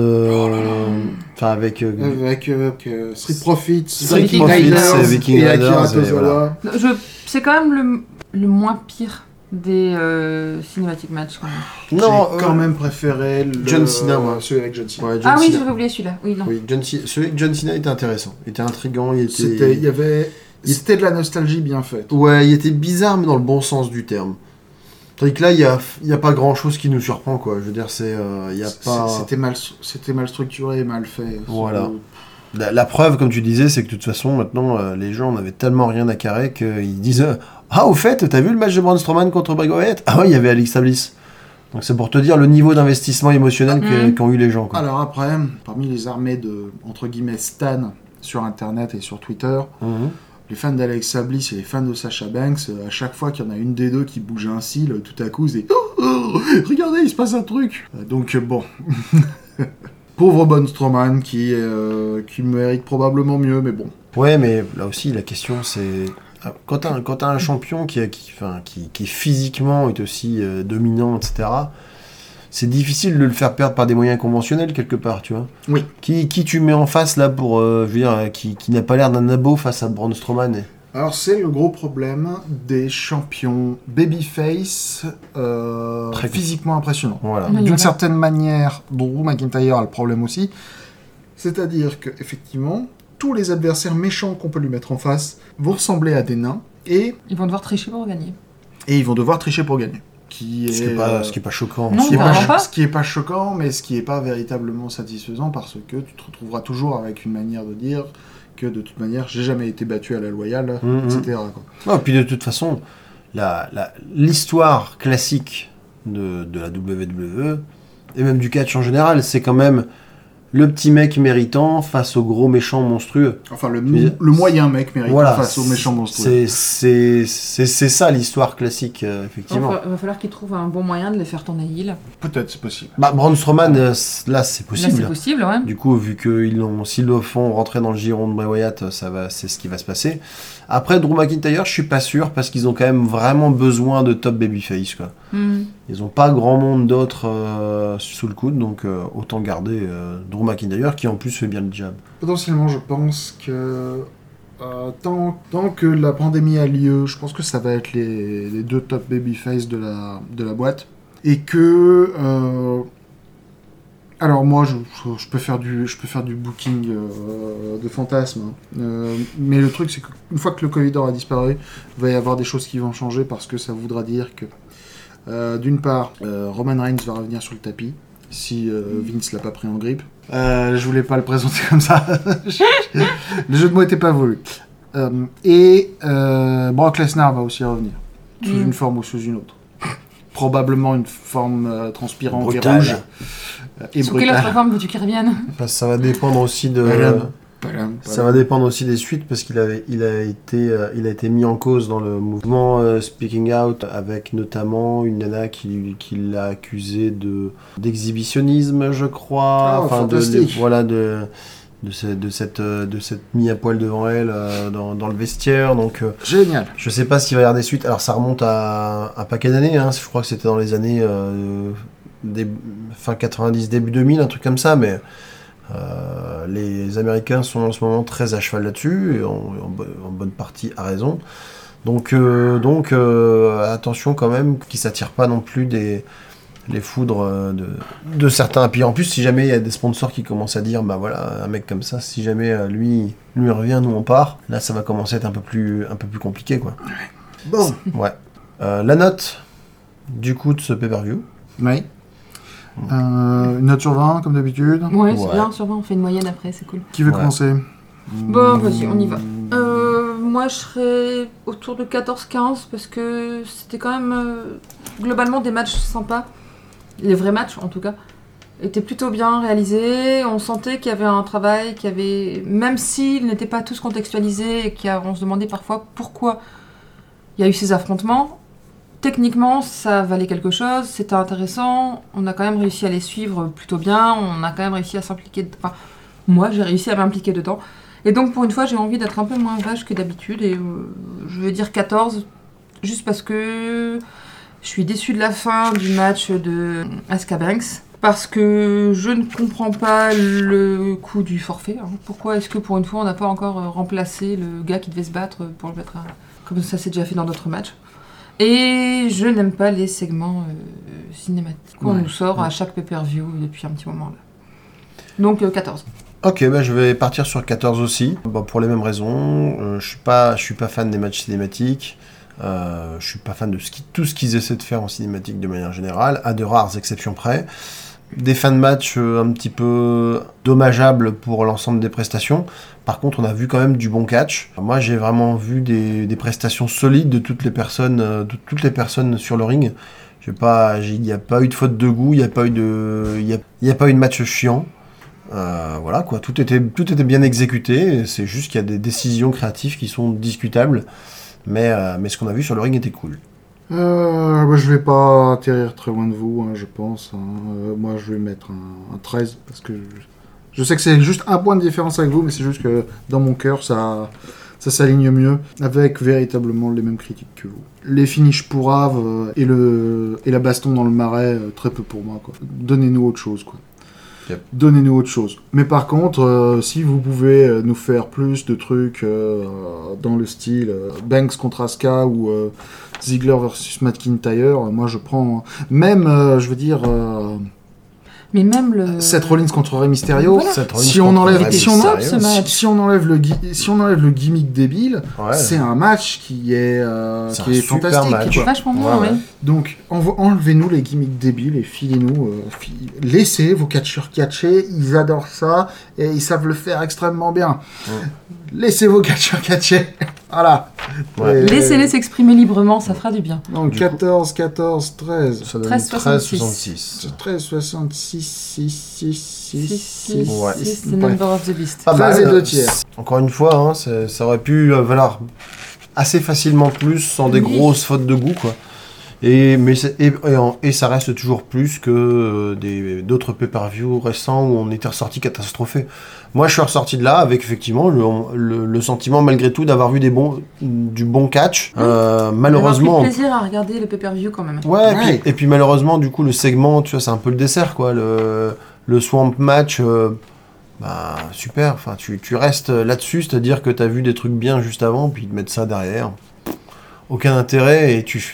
avec Street Profits, Viking Raiders, Viking et Akira Raiders, et Tozawa. C'est quand même le moins pire des cinématic matchs quand même. J'ai quand même préféré John Cena, moi. celui avec John Cena. Ouais, John Ah oui, Cena. j'avais oublié celui-là. Oui, non. Oui, celui avec John Cena était intéressant, il était intriguant, C'était de la nostalgie bien faite. Ouais, il était bizarre, mais dans le bon sens du terme. Tandis que là, il y a pas grand-chose qui nous surprend, quoi. Je veux dire, C'était mal structuré et mal fait. Voilà. La preuve, comme tu disais, c'est que de toute façon, maintenant, les gens n'avaient tellement rien à carrer qu'ils disent ah, au fait, t'as vu le match de Braun Strowman contre Bray Wyatt ? Ah ouais, il y avait Alexa Bliss. Donc c'est pour te dire le niveau d'investissement émotionnel qu'ont eu les gens, quoi. Alors après, parmi les armées de, entre guillemets, stan sur Internet et sur Twitter, les fans d'Alexa Bliss et les fans de Sasha Banks, à chaque fois qu'il y en a une des deux qui bouge un cil, tout à coup, c'est oh, regardez, il se passe un truc. Donc bon, pauvre Braun Strowman qui mérite probablement mieux, mais bon. Ouais, mais là aussi, la question c'est quand t'as un champion qui physiquement est aussi dominant, etc. C'est difficile de le faire perdre par des moyens conventionnels quelque part, tu vois. Oui. Qui tu mets en face là pour, je veux dire, qui n'a pas l'air d'un abo face à Braun Strowman. Alors c'est le gros problème des champions babyface physiquement impressionnants. Voilà. Oui, D'une certaine manière, Drew McIntyre a le problème aussi. C'est-à-dire que effectivement, tous les adversaires méchants qu'on peut lui mettre en face vont ressembler à des nains et Ils vont devoir tricher pour gagner. ils vont devoir tricher pour gagner. Ce qui est pas choquant. Non, vraiment pas. Ce qui est pas choquant, mais ce qui est pas véritablement satisfaisant parce que tu te retrouveras toujours avec une manière de dire que de toute manière, j'ai jamais été battu à la loyale, etc. quoi. Non, puis de toute façon, l'histoire classique de la WWE, et même du catch en général, c'est quand même le petit mec méritant face au gros méchant monstrueux. Enfin, le moyen mec méritant Voilà, face au méchant monstrueux. C'est ça l'histoire classique, effectivement. Il va falloir qu'ils trouvent un bon moyen de les faire tourner heel. Peut-être, c'est possible. Bah, Braun Strowman, là, c'est Là, possible. c'est possible, ouais. Du coup, vu s'ils le font rentrer dans le giron de Bray Wyatt, c'est ce qui va se passer. Après, Drew McIntyre, je suis pas sûr, parce qu'ils ont quand même vraiment besoin de top babyface, quoi. Ils ont pas grand monde d'autres sous le coude, donc autant garder Drew McIntyre, qui en plus fait bien le job. Potentiellement, je pense que tant que la pandémie a lieu, je pense que ça va être les deux top babyface de la boîte. Et que... alors moi, je peux faire du booking de fantasme. Mais le truc, c'est qu'une fois que le Covid aura disparu, il va y avoir des choses qui vont changer parce que ça voudra dire que, d'une part, Roman Reigns va revenir sur le tapis. Si Vince l'a pas pris en grippe. Je voulais pas le présenter comme ça. Le jeu de mots était pas voulu. Et Brock Lesnar va aussi revenir. Sous une forme ou sous une autre. Probablement une forme transpirante Brutale. et rouge. Et Sous quelle autre brutale. forme veux-tu qu'il revienne ? Ça va dépendre aussi de... Ça va dépendre aussi des suites parce qu'il a été mis en cause dans le mouvement Speaking Out avec notamment une nana qui l'a accusé d'exhibitionnisme, je crois. Oh, fantastique. De cette mis à poil devant elle dans le vestiaire. Donc Génial. je sais pas s'il va y avoir des suites. Alors ça remonte à un paquet d'années. Hein. Je crois que c'était dans les années fin 90, début 2000, un truc comme ça, mais. Les Américains sont en ce moment très à cheval là-dessus, et en bonne partie à raison. Donc attention quand même qu'ils s'attirent pas non plus les foudres de certains. Et puis en plus, si jamais il y a des sponsors qui commencent à dire, bah voilà, un mec comme ça, si jamais lui revient, nous on part, là ça va commencer à être un peu plus compliqué, quoi. Bon. Ouais. La note du coup de ce pay-per-view. Oui. Une note sur 20, comme d'habitude. Ouais, c'est Ouais. bien, sur 20, on fait une moyenne après, c'est cool. Qui veut Ouais. commencer Bon, vas-y, on y va. moi je serais autour de 14-15 parce que c'était quand même globalement des matchs sympas. Les vrais matchs en tout cas étaient plutôt bien réalisés. On sentait qu'il y avait un travail, même s'ils n'étaient pas tous contextualisés et qu'on se demandait parfois pourquoi il y a eu ces affrontements. Techniquement, ça valait quelque chose, c'était intéressant. On a quand même réussi à les suivre plutôt bien. On a quand même réussi à s'impliquer. Enfin, moi j'ai réussi à m'impliquer dedans. Et donc pour une fois, j'ai envie d'être un peu moins vache que d'habitude. Et je vais dire 14, juste parce que je suis déçue de la fin du match de Asuka Banks. Parce que je ne comprends pas le coup du forfait. Hein. Pourquoi est-ce que pour une fois, on n'a pas encore remplacé le gars qui devait se battre pour le mettre comme ça s'est déjà fait dans d'autres matchs. Et je n'aime pas les segments cinématiques qu'on nous sort à chaque pay-per-view depuis un petit moment. Là. Donc 14. Ok, bah, je vais partir sur 14 aussi, pour les mêmes raisons. Je suis pas fan des matchs cinématiques. Je suis pas fan de tout ce qu'ils essaient de faire en cinématique de manière générale, à de rares exceptions près. Des fins de match un petit peu dommageables pour l'ensemble des prestations. Par contre, on a vu quand même du bon catch. Moi, j'ai vraiment vu des prestations solides de toutes les personnes sur le ring. Il n'y a pas eu de faute de goût, il n'y a pas eu de match chiant. Voilà quoi, tout était bien exécuté. C'est juste qu'il y a des décisions créatives qui sont discutables. Mais ce qu'on a vu sur le ring était cool. Je vais pas atterrir très loin de vous, hein, je pense. Moi, je vais mettre un 13, parce que je sais que c'est juste un point de différence avec vous, mais c'est juste que dans mon cœur, ça s'aligne mieux, avec véritablement les mêmes critiques que vous. Les finishes pourraves et la baston dans le marais, très peu pour moi, quoi. Donnez-nous autre chose, quoi. Yep. Donnez-nous autre chose. Mais par contre, si vous pouvez nous faire plus de trucs dans le style Banks contre Asuka ou Ziggler versus McIntyre, moi je prends. Même, je veux dire. Mais même le. Seth Rollins contre Rey Mysterio. Voilà. Si on enlève ce match. si on enlève le gimmick débile, Ouais. c'est un match qui est super fantastique. match. Quoi. Vachement bien, Ouais, oui. ouais. Donc, enlevez-nous les gimmicks débiles et filez-nous. Laissez vos catcheurs catcher, ils adorent ça et ils savent le faire extrêmement bien. Ouais. Laissez vos catcheurs catcher. Voilà. Ouais. Et- Laissez-les s'exprimer librement, ça fera du bien. Donc, Du 14, 13. Ça donne 13,66. 13,66. 13, 66, 6, 6, 6, 6, Ouais. 6, c'est number of the beast. Pas 13 et mal. 2 tiers. Encore une fois, hein, ça aurait pu valoir assez facilement plus sans des Oui. grosses fautes de goût, quoi. Et ça reste toujours plus que d'autres pay-per-view récents où on était ressorti catastrophé. Moi, je suis ressorti de là avec effectivement le sentiment, malgré tout, d'avoir vu du bon catch. Malheureusement. On a pris plaisir à regarder le pay-per-view quand même. Ouais, Ouais. Et puis malheureusement, du coup, le segment, tu vois, c'est un peu le dessert, quoi. Le Swamp Match, super. Enfin, tu restes là-dessus, c'est-à-dire que t'as vu des trucs bien juste avant, puis ils te mettent ça derrière. Aucun intérêt, et tu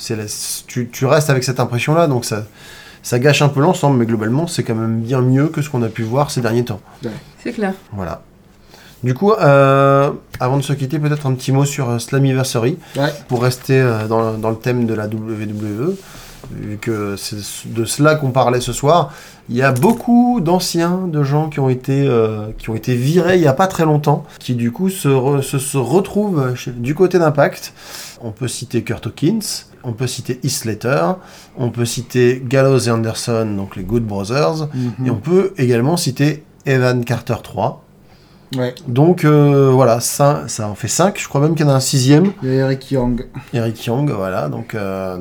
restes avec cette impression-là, donc ça gâche un peu l'ensemble, mais globalement, c'est quand même bien mieux que ce qu'on a pu voir ces derniers temps. C'est clair. Voilà. Du coup, avant de se quitter, peut-être un petit mot sur Slammiversary, Ouais. pour rester dans le thème de la WWE, vu que c'est de cela qu'on parlait ce soir. Il y a beaucoup de gens qui ont été virés il n'y a pas très longtemps, qui du coup se retrouvent du côté d'Impact. On peut citer Kurt Hawkins, on peut citer Heath Slater, on peut citer Gallows et Anderson, donc les Good Brothers, et on peut également citer Evan Carter 3. Ouais. Donc voilà, ça en fait 5, je crois même qu'il y en a un 6e. Il y a Eric Young. Eric Young, voilà, donc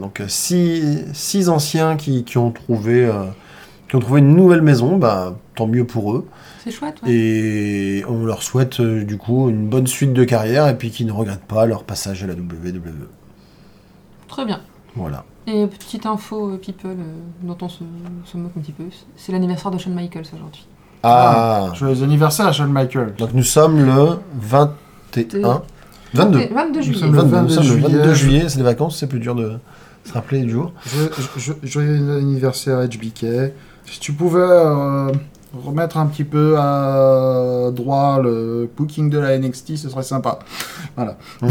6 anciens qui ont trouvé une nouvelle maison, tant mieux pour eux. C'est chouette, ouais. Et on leur souhaite du coup une bonne suite de carrière et puis qu'ils ne regrettent pas leur passage à la WWE. Très bien. Voilà. Et petite info people dont on se moque un petit peu, c'est l'anniversaire de Shawn Michaels aujourd'hui. Ah, Joyeux anniversaire à Shawn Michaels. donc nous sommes le 21, 22. 22 juillet. sommes le 22 Nous sommes le 22 juillet. juillet, c'est les vacances, c'est plus dur de se rappeler du jour. Joyeux anniversaire HBK. Si tu pouvais remettre un petit peu à droit le booking de la NXT, ce serait sympa. Voilà.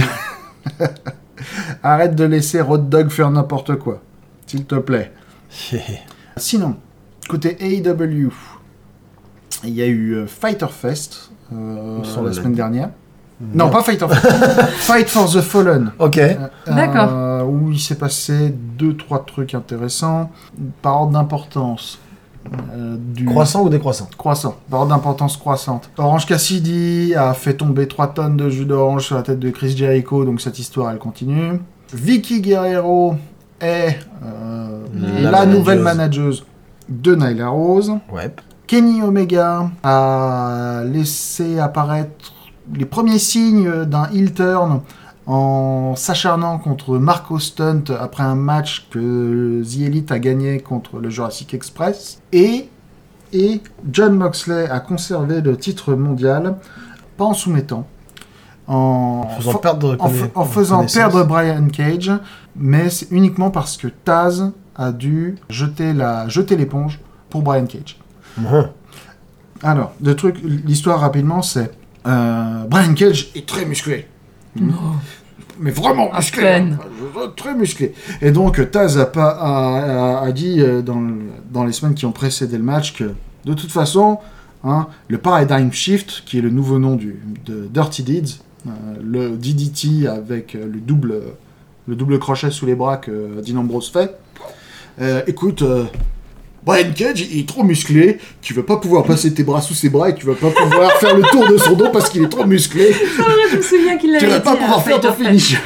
Arrête de laisser Road Dogg faire n'importe quoi, s'il te plaît. Sinon, côté AEW, il y a eu Fighter Fest la semaine dernière. Non, pas Fight Fight for the Fallen. Ok. D'accord. Où il s'est passé 2-3 trucs intéressants. Par ordre d'importance. Croissant ou décroissant? Croissant. Par ordre d'importance croissante. Orange Cassidy a fait tomber 3 tonnes de jus d'orange sur la tête de Chris Jericho, donc cette histoire, elle continue. Vicky Guerrero est la nouvelle manageuse de Nyla Rose. Ouais. Kenny Omega a laissé apparaître les premiers signes d'un heel turn en s'acharnant contre Marco Stunt après un match que The Elite a gagné contre le Jurassic Express. Et Jon Moxley a conservé le titre mondial, pas en soumettant, en faisant perdre Brian Cage, mais c'est uniquement parce que Taz a dû jeter l'éponge pour Brian Cage. Alors, l'histoire rapidement, c'est Brian Cage est très musclé. Mais vraiment musclé. Très musclé. Et donc, Taz a dit dans les semaines qui ont précédé le match que, de toute façon, le Paradigm Shift, qui est le nouveau nom de Dirty Deeds, le DDT avec le double crochet sous les bras que Dean Ambrose fait, écoute... Brian Cage, il est trop musclé, tu vas pas pouvoir passer tes bras sous ses bras et tu vas pas pouvoir faire le tour de son dos parce qu'il est trop musclé. C'est vrai, je me souviens qu'il l'avait dit. Tu vas pas pouvoir faire ton finisher.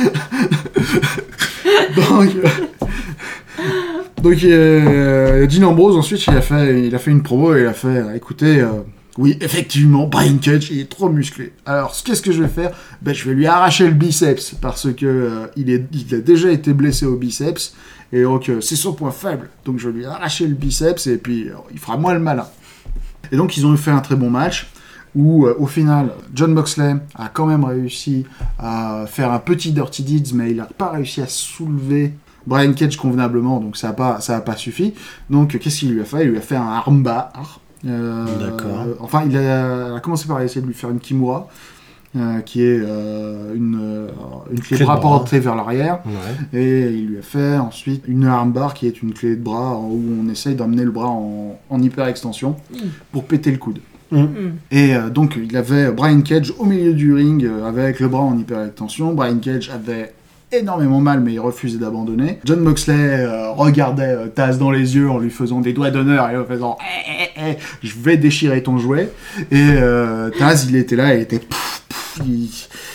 Donc Dean Ambrose, ensuite, il a fait une promo et il a fait, écoutez, oui, effectivement, Brian Cage, il est trop musclé. Alors, qu'est-ce que je vais faire ? Je vais lui arracher le biceps parce que il a déjà été blessé au biceps. Et donc, c'est son point faible. Donc, je vais lui arracher le biceps et puis il fera moins le malin. Et donc, ils ont fait un très bon match où, au final, Jon Moxley a quand même réussi à faire un petit Dirty Deeds, mais il n'a pas réussi à soulever Brian Cage convenablement. Donc, ça n'a pas suffi. Donc, qu'est-ce qu'il lui a fait ? Il lui a fait un armbar. D'accord. Enfin, il a commencé par essayer de lui faire une Kimura. Qui est une clé de bras portée vers l'arrière. Ouais. Et il lui a fait ensuite une armbar qui est une clé de bras où on essaye d'amener le bras en hyper-extension pour péter le coude. Et donc il avait Brian Cage au milieu du ring avec le bras en hyper-extension. Brian Cage avait énormément mal, mais il refusait d'abandonner. Jon Moxley regardait Taz dans les yeux en lui faisant des doigts d'honneur et en faisant je vais déchirer ton jouet. Et Taz, il était là, il était il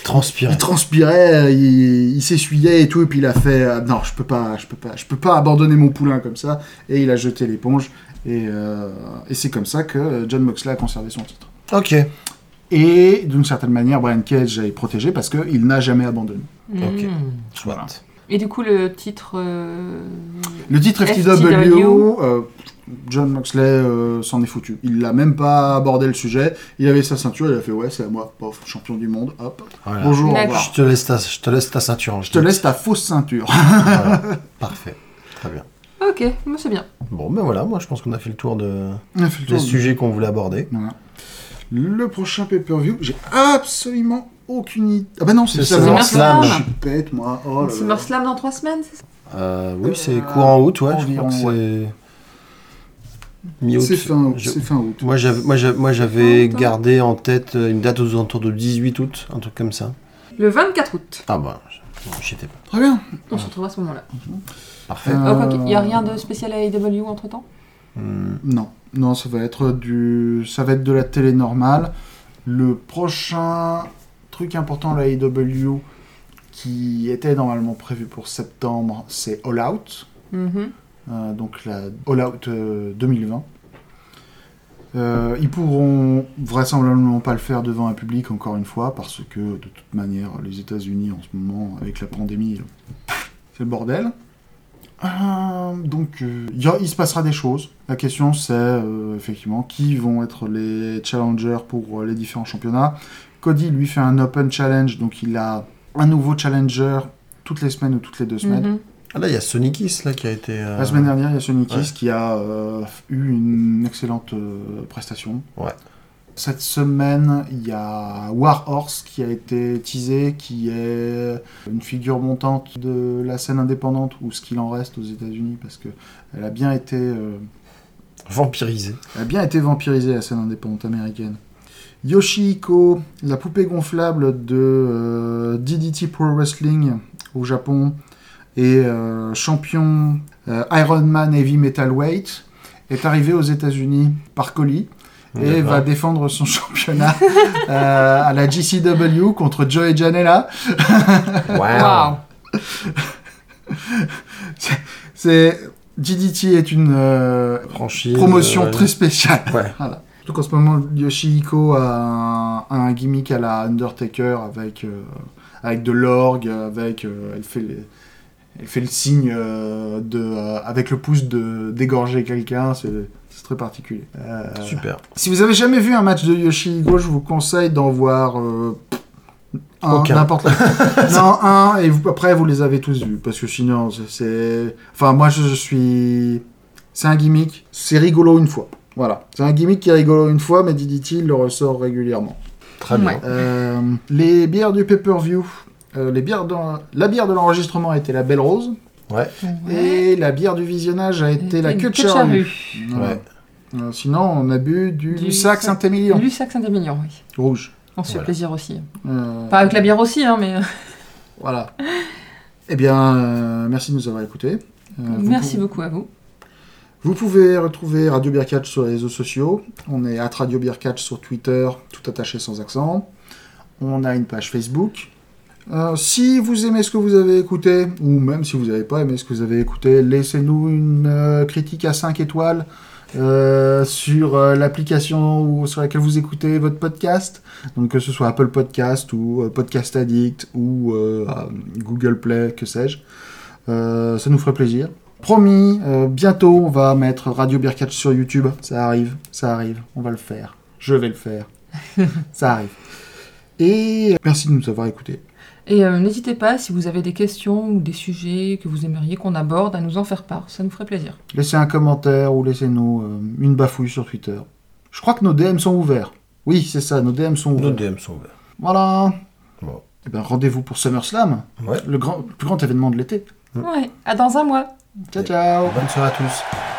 transpirait, il s'essuyait et tout, et puis il a fait non, je peux pas abandonner mon poulain comme ça, et il a jeté l'éponge, et c'est comme ça que Jon Moxley a conservé son titre. Ok. Et d'une certaine manière, Brian Cage est protégé parce qu'il n'a jamais abandonné. Ok. Voilà. Et du coup, le titre... Le titre FTW, Jon Moxley s'en est foutu. Il n'a même pas abordé le sujet. Il avait sa ceinture, il a fait « Ouais, c'est à moi, pof, champion du monde, hop. Voilà. Bonjour, au revoir. Je te laisse ta ceinture. Je te laisse ta fausse ceinture. » Voilà. Parfait. Très bien. Ok, moi c'est bien. Bon, ben voilà, moi je pense qu'on a fait le tour des sujets qu'on voulait aborder. Voilà. Le prochain pay-per-view, j'ai absolument aucune idée. Ah bah non, c'est SummerSlam. Je suis bête, moi. Oh SummerSlam dans 3 semaines, c'est ça Oui, c'est courant août, ouais. Environ, je crois que c'est mi-août. C'est fin août. Moi j'avais gardé en tête une date aux alentours de 18 août, un truc comme ça. Le 24 août. Ah bah, j'étais pas. Très bien. On se retrouve à ce moment-là. Parfait. Il n'y a rien de spécial à AEW entre-temps ? Non, ça va être de la télé normale. Le prochain truc important à la AEW qui était normalement prévu pour septembre, c'est All Out. Donc la All Out 2020. Ils pourront vraisemblablement pas le faire devant un public encore une fois parce que de toute manière les États-Unis en ce moment avec la pandémie c'est le bordel. Donc il se passera des choses. La question c'est effectivement qui vont être les challengers pour les différents championnats. Cody lui fait un open challenge, donc il a un nouveau challenger toutes les semaines ou toutes les 2 semaines. Ah là il y a Sonny Kiss là qui a été... La semaine dernière il y a Sonny Kiss qui a eu une excellente prestation. Ouais. Cette semaine, il y a Warhorse qui a été teasé, qui est une figure montante de la scène indépendante, ou ce qu'il en reste aux États-Unis, parce qu'elle a bien été... vampirisée. Elle a bien été vampirisée, la scène indépendante américaine. Yoshihiko, la poupée gonflable de DDT Pro Wrestling au Japon et champion Ironman Heavy Metalweight, est arrivé aux États-Unis par colis et va défendre son championnat à la GCW contre Joey Janela. Waouh. DDT est une Franchise, promotion très spéciale. Ouais. Voilà. Donc en ce moment, Yoshihiko a un gimmick à la Undertaker avec de l'orgue, elle fait le signe avec le pouce d'égorger quelqu'un. C'est très particulier. Super. Si vous avez jamais vu un match de Yoshihiko, je vous conseille d'en voir Aucun. n'importe lequel. Non, un, et après vous les avez tous vus, parce que sinon c'est... Enfin, moi je suis... C'est un gimmick, c'est rigolo une fois. Voilà, c'est un gimmick qui est rigolo une fois, mais DDT il le ressort régulièrement. Très bien. Ouais. Les bières du pay-per-view, la bière de l'enregistrement a été la Belle Rose, Ouais. et la bière du visionnage a été la Queue de Charrue. Voilà. Ouais. Sinon, on a bu du Lussac Saint-Émilion. Lussac Saint-Émilion, oui. Rouge. On se fait Voilà. plaisir aussi. Euh, Pas avec la bière aussi, hein, mais... Voilà. Eh bien, merci de nous avoir écoutés. Merci beaucoup à vous. Vous pouvez retrouver Radio Beer Catch sur les réseaux sociaux. On est @Radio Beer Catch sur Twitter, tout attaché sans accent. On a une page Facebook. Si vous aimez ce que vous avez écouté, ou même si vous n'avez pas aimé ce que vous avez écouté, laissez-nous une critique à 5 étoiles sur l'application ou sur laquelle vous écoutez votre podcast. Donc que ce soit Apple Podcast ou Podcast Addict ou Google Play, que sais-je. Ça nous ferait plaisir. Promis, bientôt on va mettre Radio Beer Catch sur YouTube. Ça arrive, on va le faire. Je vais le faire. Ça arrive. Et merci de nous avoir écoutés. Et n'hésitez pas, si vous avez des questions ou des sujets que vous aimeriez qu'on aborde, à nous en faire part. Ça nous ferait plaisir. Laissez un commentaire ou laissez-nous une bafouille sur Twitter. Je crois que nos DM sont ouverts. Oui, c'est ça, nos DM sont ouverts. Nos DM sont ouverts. Voilà. Bon. Et ben, rendez-vous pour SummerSlam, Ouais. le plus grand événement de l'été. Ouais, à dans un mois. Ciao, ciao. Bonne soirée à tous.